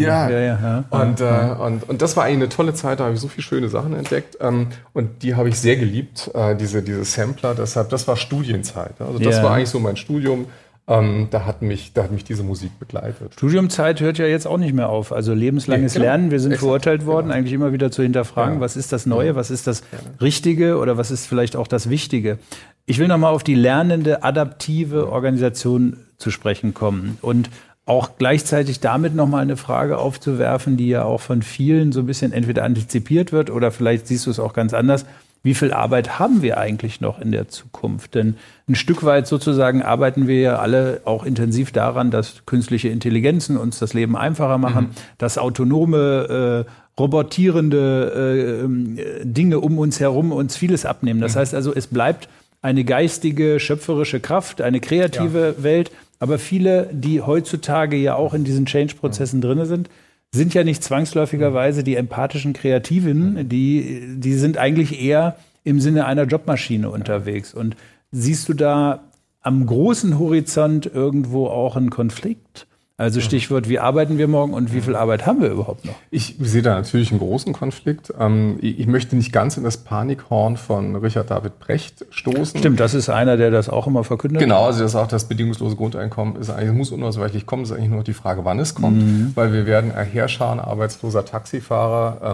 Also, Und das war eigentlich eine tolle Zeit, da habe ich so viele schöne Sachen entdeckt und die habe ich sehr geliebt, diese Sampler, deshalb, das war Studienzeit. Also das war eigentlich so mein Studium. Da hat mich diese Musik begleitet. Studiumzeit hört ja jetzt auch nicht mehr auf. Also lebenslanges Lernen. Wir sind verurteilt worden, eigentlich immer wieder zu hinterfragen, was ist das Neue, was ist das Richtige oder was ist vielleicht auch das Wichtige. Ich will nochmal auf die lernende, adaptive Organisation zu sprechen kommen und auch gleichzeitig damit nochmal eine Frage aufzuwerfen, die ja auch von vielen so ein bisschen entweder antizipiert wird oder vielleicht siehst du es auch ganz anders. wie viel Arbeit haben wir eigentlich noch in der Zukunft? Denn ein Stück weit sozusagen arbeiten wir ja alle auch intensiv daran, dass künstliche Intelligenzen uns das Leben einfacher machen, dass autonome, robotierende Dinge um uns herum uns vieles abnehmen. Das heißt also, es bleibt eine geistige, schöpferische Kraft, eine kreative Welt. Aber viele, die heutzutage ja auch in diesen Change-Prozessen drin sind ja nicht zwangsläufigerweise die empathischen Kreativen, die sind eigentlich eher im Sinne einer Jobmaschine unterwegs. Und siehst du da am großen Horizont irgendwo auch einen Konflikt? Also Stichwort, wie arbeiten wir morgen und wie viel Arbeit haben wir überhaupt noch? Ich sehe da natürlich einen großen Konflikt. Ich möchte nicht ganz in das Panikhorn von Richard David Brecht stoßen. Stimmt, das ist einer, der das auch immer verkündet. Genau, also das auch das bedingungslose Grundeinkommen ist eigentlich, muss unausweichlich kommen, ist eigentlich nur die Frage, wann es kommt, weil wir werden Heerscharen arbeitsloser Taxifahrer,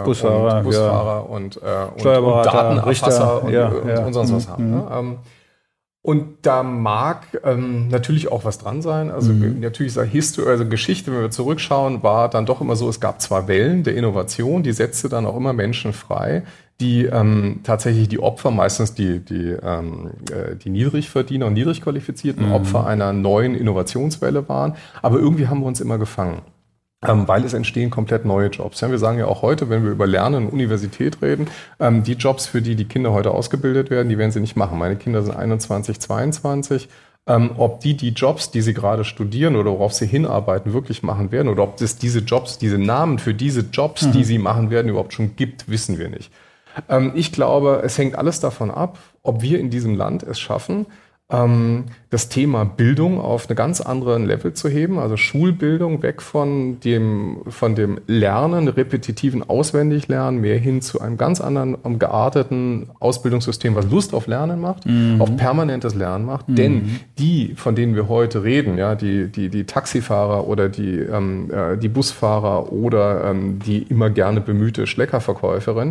Busfahrer und Datenerfasser und sonst was haben. Ne? Und da mag natürlich auch was dran sein. Also natürlich ist Geschichte, wenn wir zurückschauen, war dann doch immer so, es gab zwar Wellen der Innovation, die setzte dann auch immer Menschen frei, die tatsächlich die Opfer, meistens die Niedrigverdiener und niedrigqualifizierten Opfer einer neuen Innovationswelle waren. Aber irgendwie haben wir uns immer gefangen. Weil es entstehen komplett neue Jobs. Ja, wir sagen ja auch heute, wenn wir über Lernen und Universität reden, die Jobs, für die Kinder heute ausgebildet werden, die werden sie nicht machen. Meine Kinder sind 21, 22. Ob die Jobs, die sie gerade studieren oder worauf sie hinarbeiten, wirklich machen werden oder ob es diese Jobs, diese Namen für diese Jobs, die sie machen werden, überhaupt schon gibt, wissen wir nicht. Ich glaube, es hängt alles davon ab, ob wir in diesem Land es schaffen, das Thema Bildung auf eine ganz anderen Level zu heben, also Schulbildung weg von dem Lernen, repetitiven Auswendiglernen, mehr hin zu einem ganz anderen, gearteten Ausbildungssystem, was Lust auf Lernen macht, auf permanentes Lernen macht. Denn die, von denen wir heute reden, ja, die Taxifahrer oder die Busfahrer oder die immer gerne bemühte Schleckerverkäuferin,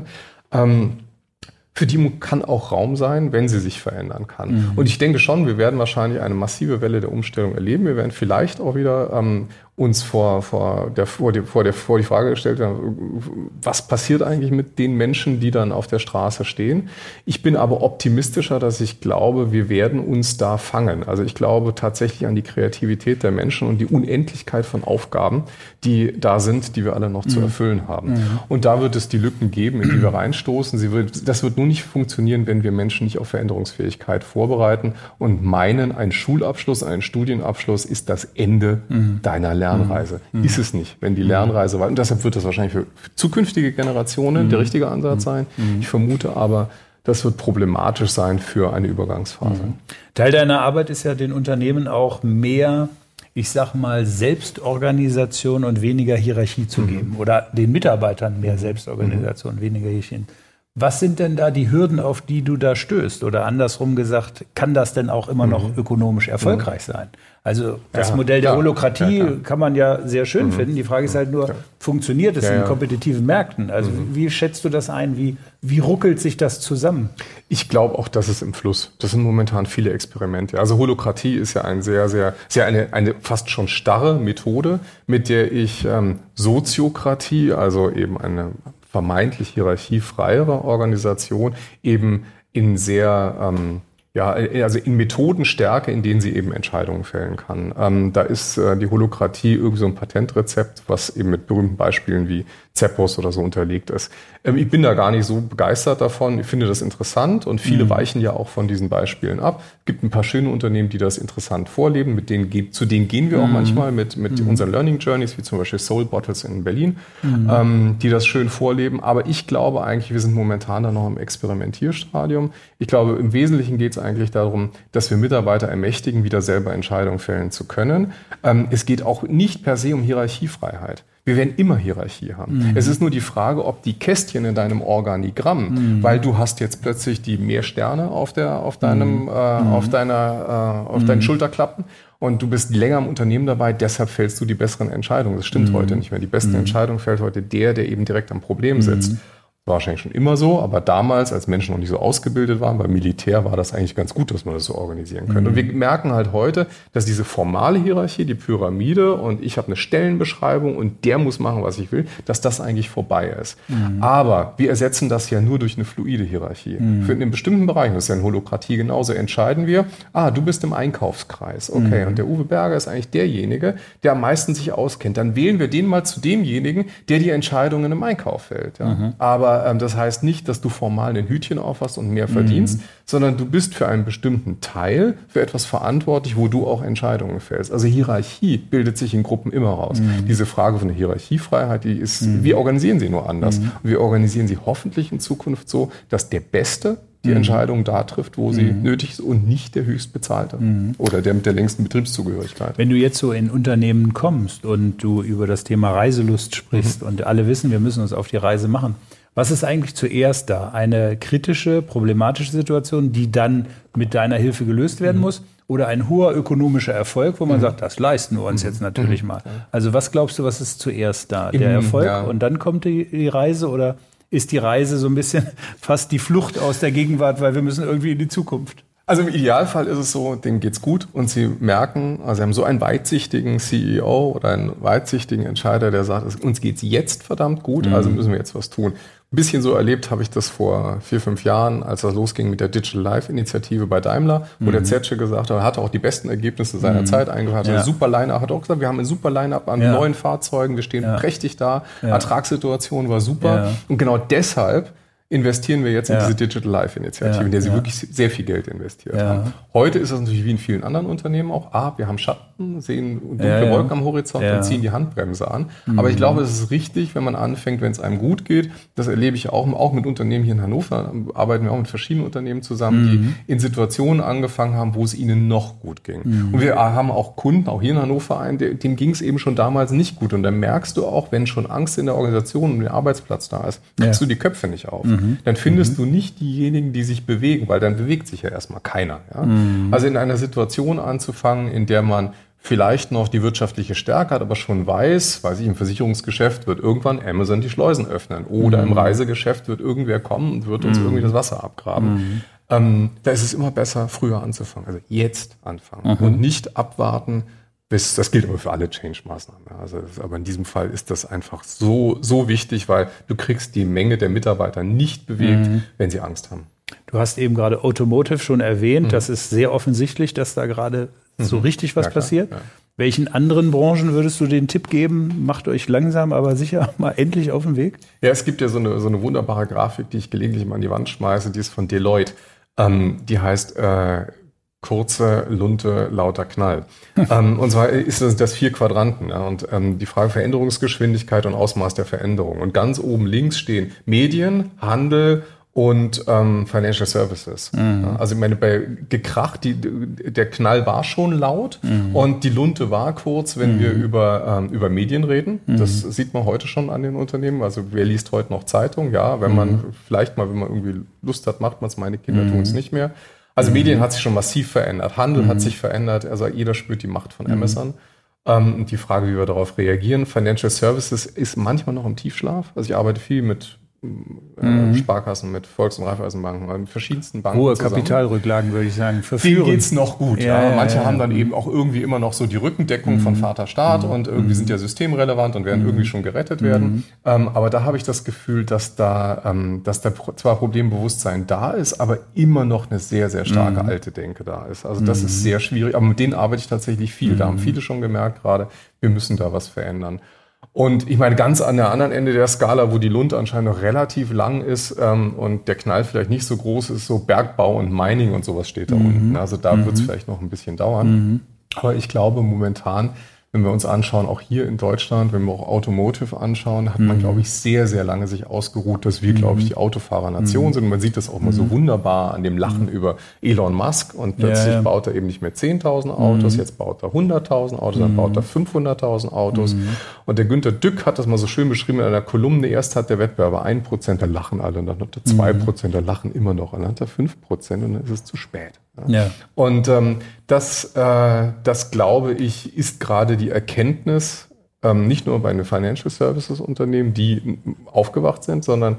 für die kann auch Raum sein, wenn sie sich verändern kann. Und ich denke schon, wir werden wahrscheinlich eine massive Welle der Umstellung erleben. Wir werden vielleicht auch wieder uns vor die Frage gestellt haben, was passiert eigentlich mit den Menschen, die dann auf der Straße stehen? Ich bin aber optimistischer, dass ich glaube, wir werden uns da fangen. Also ich glaube tatsächlich an die Kreativität der Menschen und die Unendlichkeit von Aufgaben, die da sind, die wir alle noch zu erfüllen haben. Und da wird es die Lücken geben, in die wir reinstoßen. Das wird nur nicht funktionieren, wenn wir Menschen nicht auf Veränderungsfähigkeit vorbereiten und meinen, ein Schulabschluss, ein Studienabschluss ist das Ende deiner Lernreise. Ist es nicht, wenn die Lernreise weiter. Und deshalb wird das wahrscheinlich für zukünftige Generationen der richtige Ansatz sein. Ich vermute aber, das wird problematisch sein für eine Übergangsphase. Teil deiner Arbeit ist ja den Unternehmen auch mehr, ich sag mal, Selbstorganisation und weniger Hierarchie zu geben oder den Mitarbeitern mehr Selbstorganisation, weniger Hierarchie. Was sind denn da die Hürden, auf die du da stößt? Oder andersrum gesagt, kann das denn auch immer noch ökonomisch erfolgreich sein? Also das Modell der Holokratie kann man ja sehr schön finden. Die Frage ist halt nur, funktioniert es in kompetitiven Märkten? Also wie schätzt du das ein? Wie ruckelt sich das zusammen? Ich glaube auch, das ist im Fluss. Das sind momentan viele Experimente. Also Holokratie ist ja eine fast schon starre Methode, mit der ich Soziokratie, also eben eine vermeintlich hierarchiefreiere Organisation eben in sehr, also in Methodenstärke, in denen sie eben Entscheidungen fällen kann. Da ist die Holokratie irgendwie so ein Patentrezept, was eben mit berühmten Beispielen wie Zappos oder so unterlegt ist. Ich bin da gar nicht so begeistert davon. Ich finde das interessant und viele weichen ja auch von diesen Beispielen ab. Es gibt ein paar schöne Unternehmen, die das interessant vorleben. Zu denen gehen wir auch manchmal mit unseren Learning Journeys, wie zum Beispiel Soul Bottles in Berlin, die das schön vorleben. Aber ich glaube eigentlich, wir sind momentan da noch im Experimentierstadium. Ich glaube, im Wesentlichen geht es eigentlich darum, dass wir Mitarbeiter ermächtigen, wieder selber Entscheidungen fällen zu können. Es geht auch nicht per se um Hierarchiefreiheit. Wir werden immer Hierarchie haben. Es ist nur die Frage, ob die Kästchen in deinem Organigramm, weil du hast jetzt plötzlich die mehr Sterne auf deinen Schulterklappen und du bist länger im Unternehmen dabei, deshalb fällst du die besseren Entscheidungen. Das stimmt heute nicht mehr. Die beste Entscheidung fällt heute der eben direkt am Problem sitzt. War wahrscheinlich schon immer so, aber damals, als Menschen noch nicht so ausgebildet waren, beim Militär war das eigentlich ganz gut, dass man das so organisieren könnte. Und wir merken halt heute, dass diese formale Hierarchie, die Pyramide und ich habe eine Stellenbeschreibung und der muss machen, was ich will, dass das eigentlich vorbei ist. Aber wir ersetzen das ja nur durch eine fluide Hierarchie. Für in bestimmten Bereichen, das ist ja in Holokratie genauso, entscheiden wir, du bist im Einkaufskreis, okay, und der Uwe Berger ist eigentlich derjenige, der am meisten sich auskennt. Dann wählen wir den mal zu demjenigen, der die Entscheidungen im Einkauf fällt. Ja. Aber das heißt nicht, dass du formal ein Hütchen aufhast und mehr verdienst, sondern du bist für einen bestimmten Teil für etwas verantwortlich, wo du auch Entscheidungen fällst. Also Hierarchie bildet sich in Gruppen immer raus. Diese Frage von der Hierarchiefreiheit, die ist, wir organisieren sie nur anders. Und wir organisieren sie hoffentlich in Zukunft so, dass der Beste die Entscheidung da trifft, wo sie nötig ist und nicht der Höchstbezahlte oder der mit der längsten Betriebszugehörigkeit. Wenn du jetzt so in Unternehmen kommst und du über das Thema Reiselust sprichst und alle wissen, wir müssen uns auf die Reise machen, was ist eigentlich zuerst da? Eine kritische, problematische Situation, die dann mit deiner Hilfe gelöst werden muss? Oder ein hoher ökonomischer Erfolg, wo man sagt, das leisten wir uns jetzt natürlich mal. Also was glaubst du, was ist zuerst da? Der Erfolg und dann kommt die Reise oder ist die Reise so ein bisschen fast die Flucht aus der Gegenwart, weil wir müssen irgendwie in die Zukunft? Also im Idealfall ist es so, denen geht's gut und sie merken, also sie haben so einen weitsichtigen CEO oder einen weitsichtigen Entscheider, der sagt, uns geht's jetzt verdammt gut, also müssen wir jetzt was tun. Ein bisschen so erlebt habe ich das vor 4-5 Jahren, als das losging mit der Digital Life-Initiative bei Daimler, wo der Zetsche gesagt hat, er hatte auch die besten Ergebnisse seiner Zeit eingehalten. Ja. Super Line-Up, hat auch gesagt, wir haben ein super Line-Up an neuen Fahrzeugen, wir stehen prächtig da, Ertragssituation war super und genau deshalb investieren wir jetzt in diese Digital Life-Initiative, in der sie wirklich sehr viel Geld investiert haben. Heute ist es natürlich wie in vielen anderen Unternehmen auch, wir haben Schatten, sehen dunkle Wolken am Horizont und ziehen die Handbremse an. Aber ich glaube, es ist richtig, wenn man anfängt, wenn es einem gut geht, das erlebe ich auch mit Unternehmen hier in Hannover, arbeiten wir auch mit verschiedenen Unternehmen zusammen, die in Situationen angefangen haben, wo es ihnen noch gut ging. Und wir haben auch Kunden, auch hier in Hannover, dem ging es eben schon damals nicht gut. Und dann merkst du auch, wenn schon Angst in der Organisation und der Arbeitsplatz da ist, kriegst du die Köpfe nicht auf. Dann findest du nicht diejenigen, die sich bewegen, weil dann bewegt sich ja erstmal keiner. Ja? Also in einer Situation anzufangen, in der man vielleicht noch die wirtschaftliche Stärke hat, aber schon weiß ich, im Versicherungsgeschäft wird irgendwann Amazon die Schleusen öffnen oder im Reisegeschäft wird irgendwer kommen und wird uns irgendwie das Wasser abgraben. Da ist es immer besser, früher anzufangen, also jetzt anfangen und nicht abwarten, das gilt aber für alle Change-Maßnahmen. Also, aber in diesem Fall ist das einfach so wichtig, weil du kriegst die Menge der Mitarbeiter nicht bewegt, wenn sie Angst haben. Du hast eben gerade Automotive schon erwähnt. Das ist sehr offensichtlich, dass da gerade so richtig was passiert. Ja. Welchen anderen Branchen würdest du den Tipp geben? Macht euch langsam, aber sicher mal endlich auf den Weg? Ja, es gibt ja so eine wunderbare Grafik, die ich gelegentlich mal an die Wand schmeiße. Die ist von Deloitte. Die heißt kurze Lunte, lauter Knall. Und zwar ist das 4 Quadranten. Ja, und die Frage Veränderungsgeschwindigkeit und Ausmaß der Veränderung. Und ganz oben links stehen Medien, Handel und Financial Services. Ja, also ich meine, bei gekracht, der Knall war schon laut und die Lunte war kurz, wenn wir über Medien reden. Das sieht man heute schon an den Unternehmen. Also wer liest heute noch Zeitung? Ja, wenn man vielleicht mal, wenn man irgendwie Lust hat, macht man es. Meine Kinder tun es nicht mehr. Also Medien hat sich schon massiv verändert, Handel hat sich verändert, also jeder spürt die Macht von Amazon. Und die Frage, wie wir darauf reagieren, Financial Services ist manchmal noch im Tiefschlaf. Also ich arbeite viel mit Sparkassen, mit Volks- und Raiffeisenbanken, mit verschiedensten Banken hohe zusammen. Kapitalrücklagen, würde ich sagen. Denen geht's noch gut. Manche haben dann eben auch irgendwie immer noch so die Rückendeckung von Vater Staat und irgendwie sind ja systemrelevant und werden irgendwie schon gerettet werden. Aber da habe ich das Gefühl, dass da zwar Problembewusstsein da ist, aber immer noch eine sehr, sehr starke alte Denke da ist. Also das ist sehr schwierig, aber mit denen arbeite ich tatsächlich viel. Da haben viele schon gemerkt gerade, wir müssen da was verändern. Und ich meine, ganz an der anderen Ende der Skala, wo die Lunte anscheinend noch relativ lang ist und der Knall vielleicht nicht so groß ist, so Bergbau und Mining und sowas steht da unten. Also da wird es vielleicht noch ein bisschen dauern. Aber ich glaube momentan, wenn wir uns anschauen, auch hier in Deutschland, wenn wir auch Automotive anschauen, hat man, glaube ich, sehr, sehr lange sich ausgeruht, dass wir, glaube ich, die Autofahrernation sind. Und man sieht das auch mal so wunderbar an dem Lachen über Elon Musk. Und plötzlich baut er eben nicht mehr 10.000 Autos, jetzt baut er 100.000 Autos, dann baut er 500.000 Autos. Und der Günther Dück hat das mal so schön beschrieben in einer Kolumne. Erst hat der Wettbewerber 1%, da lachen alle. Und dann hat er 2%, da lachen immer noch. Und dann hat er 5% und dann ist es zu spät. Ja. Und das glaube ich, ist gerade die Erkenntnis, nicht nur bei den Financial Services Unternehmen, die aufgewacht sind, sondern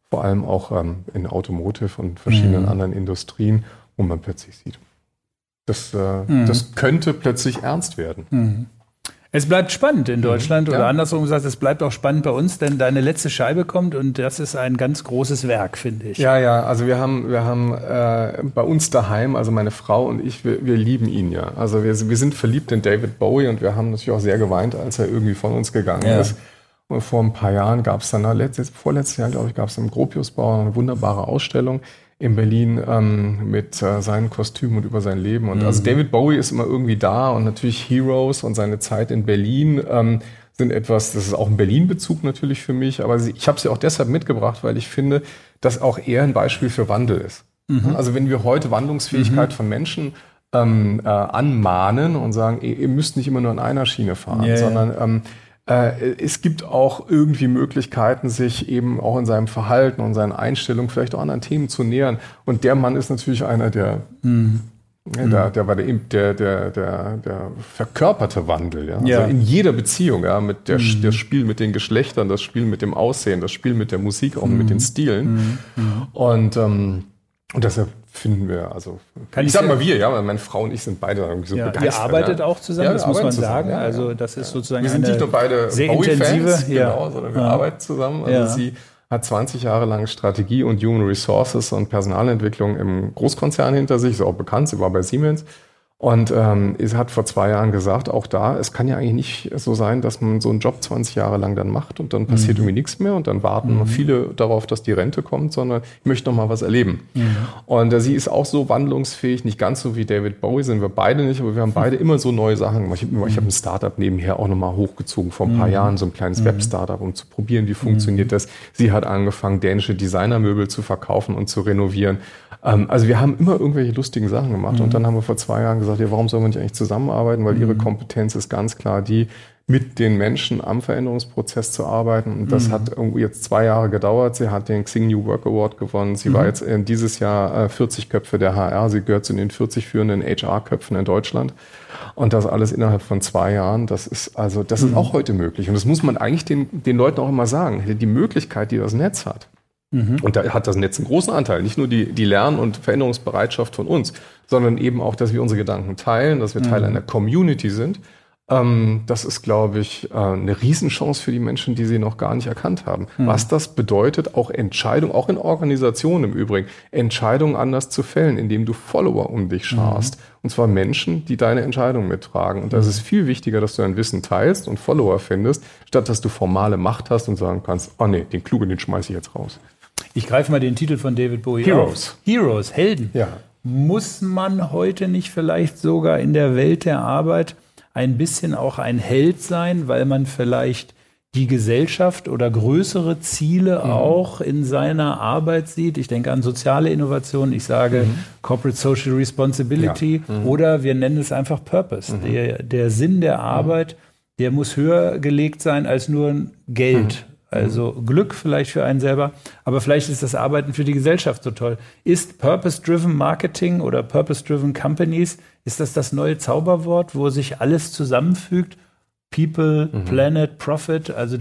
vor allem auch in Automotive und verschiedenen anderen Industrien, wo man plötzlich sieht, das könnte plötzlich ernst werden. Es bleibt spannend in Deutschland oder andersrum gesagt, es bleibt auch spannend bei uns, denn deine letzte Scheibe kommt und das ist ein ganz großes Werk, finde ich. Ja, also wir haben bei uns daheim, also meine Frau und ich, wir lieben ihn ja. Also wir sind verliebt in David Bowie und wir haben natürlich auch sehr geweint, als er irgendwie von uns gegangen ist. Und vor ein paar Jahren gab es dann, vorletztes Jahr glaube ich, gab es im Gropiusbau eine wunderbare Ausstellung in Berlin mit seinen Kostümen und über sein Leben. Und also David Bowie ist immer irgendwie da und natürlich Heroes und seine Zeit in Berlin sind etwas, das ist auch ein Berlin-Bezug natürlich für mich, aber ich habe sie auch deshalb mitgebracht, weil ich finde, dass auch er ein Beispiel für Wandel ist. Also wenn wir heute Wandlungsfähigkeit von Menschen anmahnen und sagen, ihr müsst nicht immer nur in einer Schiene fahren, sondern es gibt auch irgendwie Möglichkeiten, sich eben auch in seinem Verhalten und seinen Einstellungen vielleicht auch anderen Themen zu nähern. Und der Mann ist natürlich einer, der war der verkörperte Wandel. Ja? Also in jeder Beziehung, mit das Spiel mit den Geschlechtern, das Spiel mit dem Aussehen, das Spiel mit der Musik, auch mit den Stilen. Und deshalb finden wir, also ich sag mal weil meine Frau und ich sind beide irgendwie so begeistert. Ihr arbeitet auch zusammen, das muss man sagen. Ja. Also das ist sozusagen wir sind nicht nur beide sehr Bowie-Fans, intensive, sondern wir arbeiten zusammen. Also sie hat 20 Jahre lang Strategie und Human Resources und Personalentwicklung im Großkonzern hinter sich, ist auch bekannt, sie war bei Siemens. Und sie hat vor 2 Jahren gesagt, auch da, es kann ja eigentlich nicht so sein, dass man so einen Job 20 Jahre lang dann macht und dann passiert irgendwie nichts mehr und dann warten viele darauf, dass die Rente kommt, sondern ich möchte noch mal was erleben. Und sie ist auch so wandlungsfähig, nicht ganz so wie David Bowie, sind wir beide nicht, aber wir haben beide immer so neue Sachen gemacht. Ich habe ein Startup nebenher auch noch mal hochgezogen vor ein paar Jahren, so ein kleines Web-Startup, um zu probieren, wie funktioniert das. Sie hat angefangen, dänische Designermöbel zu verkaufen und zu renovieren. Also wir haben immer irgendwelche lustigen Sachen gemacht und dann haben wir vor 2 Jahren gesagt, ja, warum sollen wir nicht eigentlich zusammenarbeiten? Weil ihre Kompetenz ist ganz klar die, mit den Menschen am Veränderungsprozess zu arbeiten. Und das hat irgendwie jetzt 2 Jahre gedauert. Sie hat den Xing New Work Award gewonnen. Sie war jetzt dieses Jahr 40 Köpfe der HR. Sie gehört zu den 40 führenden HR-Köpfen in Deutschland. Und das alles innerhalb von 2 Jahren. Das ist auch heute möglich. Und das muss man eigentlich den Leuten auch immer sagen. Die Möglichkeit, die das Netz hat. Und da hat das Netz einen großen Anteil. Nicht nur die Lern- und Veränderungsbereitschaft von uns, sondern eben auch, dass wir unsere Gedanken teilen, dass wir Teil einer Community sind. Das ist, glaube ich, eine Riesenchance für die Menschen, die sie noch gar nicht erkannt haben. Was das bedeutet, auch Entscheidungen, auch in Organisationen im Übrigen, Entscheidungen anders zu fällen, indem du Follower um dich scharst. Und zwar Menschen, die deine Entscheidungen mittragen. Und das ist viel wichtiger, dass du dein Wissen teilst und Follower findest, statt dass du formale Macht hast und sagen kannst, oh nee, den Klugen, den schmeiße ich jetzt raus. Ich greife mal den Titel von David Bowie Heroes. auf. Heroes, Helden. Ja. Muss man heute nicht vielleicht sogar in der Welt der Arbeit ein bisschen auch ein Held sein, weil man vielleicht die Gesellschaft oder größere Ziele auch in seiner Arbeit sieht? Ich denke an soziale Innovation, ich sage Corporate Social Responsibility oder wir nennen es einfach Purpose. Der Sinn der Arbeit, der muss höher gelegt sein als nur Geld. Also Glück vielleicht für einen selber, aber vielleicht ist das Arbeiten für die Gesellschaft so toll. Ist Purpose-Driven Marketing oder Purpose-Driven Companies, ist das neue Zauberwort, wo sich alles zusammenfügt? People, Planet, Profit, also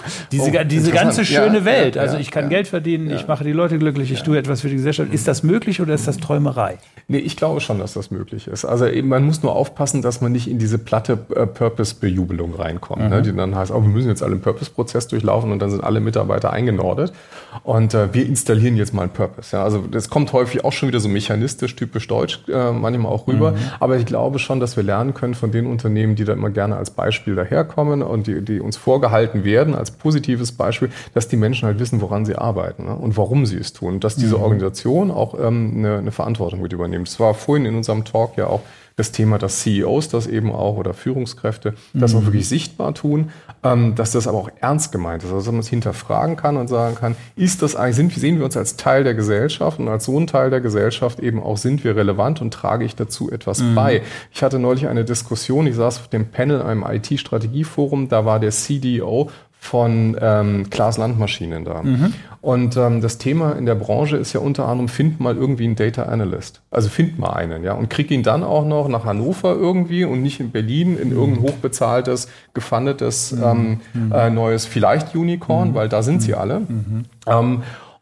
diese ganze schöne Welt. Also ich kann Geld verdienen, ich mache die Leute glücklich, ich tue etwas für die Gesellschaft. Ist das möglich oder ist das Träumerei? Nee, ich glaube schon, dass das möglich ist. Also eben, man muss nur aufpassen, dass man nicht in diese platte Purpose-Bejubelung reinkommt, ne? Die dann heißt, wir müssen jetzt alle einen Purpose-Prozess durchlaufen und dann sind alle Mitarbeiter eingenordet und wir installieren jetzt mal einen Purpose. Ja? Also das kommt häufig auch schon wieder so mechanistisch, typisch deutsch manchmal auch rüber, aber ich glaube schon, dass wir lernen können von den Unternehmen, die da immer gerne als Beispiel daherkommen und die uns vorgehalten werden als positives Beispiel, dass die Menschen halt wissen, woran sie arbeiten, ne? Und warum sie es tun. Und dass diese Organisation auch eine Verantwortung mit übernimmt. Das war vorhin in unserem Talk ja auch das Thema, dass CEOs das eben auch oder Führungskräfte das auch wirklich sichtbar tun, dass das aber auch ernst gemeint ist. Also dass man es hinterfragen kann und sagen kann, ist das eigentlich, sehen wir uns als Teil der Gesellschaft und als so ein Teil der Gesellschaft eben auch, sind wir relevant und trage ich dazu etwas bei. Ich hatte neulich eine Diskussion, ich saß auf dem Panel einem IT-Strategieforum, da war der CDO von Klaas Landmaschinen da. Und das Thema in der Branche ist ja unter anderem, find mal irgendwie einen Data Analyst. Also find mal einen, ja, und krieg ihn dann auch noch nach Hannover irgendwie und nicht in Berlin in irgendein hochbezahltes, gefundetes neues vielleicht Unicorn, weil da sind sie alle. Und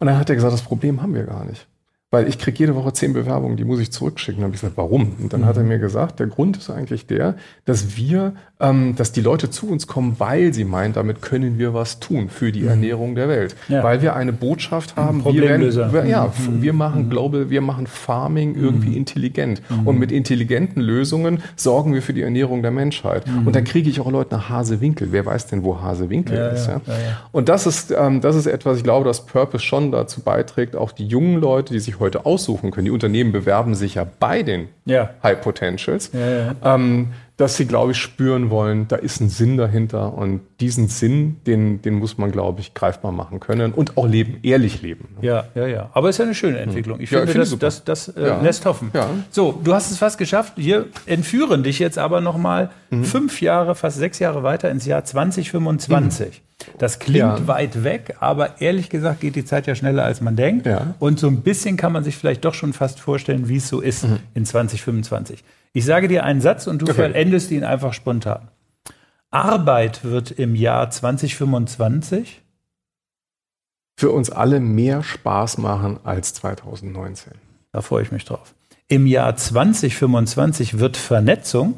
Und dann hat er gesagt, das Problem haben wir gar nicht. Weil ich kriege jede Woche 10 Bewerbungen, die muss ich zurückschicken. Dann habe ich gesagt, warum? Und dann hat er mir gesagt, der Grund ist eigentlich der, dass dass die Leute zu uns kommen, weil sie meinen, damit können wir was tun für die Ernährung der Welt. Ja. Weil wir eine Botschaft haben, wir machen Global, wir machen Farming irgendwie intelligent. Und mit intelligenten Lösungen sorgen wir für die Ernährung der Menschheit. Und dann kriege ich auch Leute nach Hasewinkel. Wer weiß denn, wo Hasewinkel ist? Ja? Und das ist etwas, ich glaube, dass Purpose schon dazu beiträgt, auch die jungen Leute, die sich heute aussuchen können. Die Unternehmen bewerben sich ja bei den High Potentials, dass sie, glaube ich, spüren wollen, da ist ein Sinn dahinter und diesen Sinn, den muss man, glaube ich, greifbar machen können und auch ehrlich leben. Ja. Aber es ist ja eine schöne Entwicklung. Ich finde, das lässt hoffen. Ja. So, du hast es fast geschafft. Wir entführen dich jetzt aber noch mal 5 Jahre, fast 6 Jahre weiter ins Jahr 2025. Das klingt weit weg, aber ehrlich gesagt geht die Zeit ja schneller, als man denkt. Ja. Und so ein bisschen kann man sich vielleicht doch schon fast vorstellen, wie es so ist in 2025. Ich sage dir einen Satz und du vollendest ihn einfach spontan. Arbeit wird im Jahr 2025 für uns alle mehr Spaß machen als 2019. Da freue ich mich drauf. Im Jahr 2025 wird Vernetzung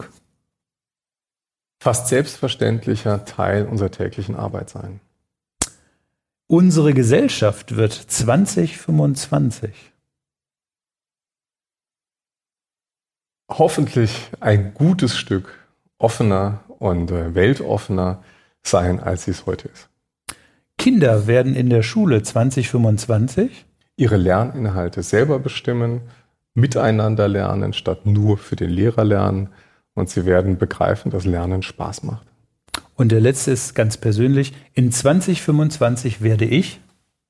fast selbstverständlicher Teil unserer täglichen Arbeit sein. Unsere Gesellschaft wird 2025 hoffentlich ein gutes Stück offener und weltoffener sein, als sie es heute ist. Kinder werden in der Schule 2025 ihre Lerninhalte selber bestimmen, miteinander lernen, statt nur für den Lehrer lernen. Und sie werden begreifen, dass Lernen Spaß macht. Und der letzte ist ganz persönlich. In 2025 werde ich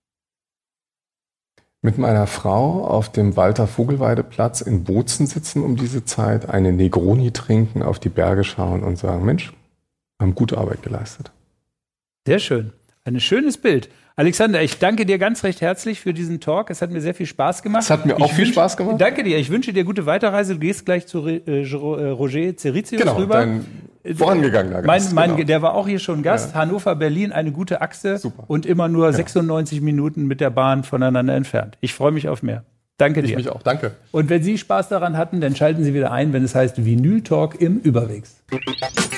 mit meiner Frau auf dem Walter-Vogelweide-Platz in Bozen sitzen um diese Zeit, eine Negroni trinken, auf die Berge schauen und sagen, Mensch, wir haben gute Arbeit geleistet. Sehr schön. Ein schönes Bild. Alexander, ich danke dir ganz recht herzlich für diesen Talk. Es hat mir sehr viel Spaß gemacht. Es hat mir auch viel Spaß gemacht. Danke dir. Ich wünsche dir gute Weiterreise. Du gehst gleich zu Roger Zeritius rüber. Dein vorangegangener Gast. Der war auch hier schon Gast. Ja. Hannover, Berlin, eine gute Achse. Super. Und immer nur 96 Minuten mit der Bahn voneinander entfernt. Ich freue mich auf mehr. Danke dir. Ich mich auch. Danke. Und wenn Sie Spaß daran hatten, dann schalten Sie wieder ein, wenn es heißt Vinyl Talk im Überwegs.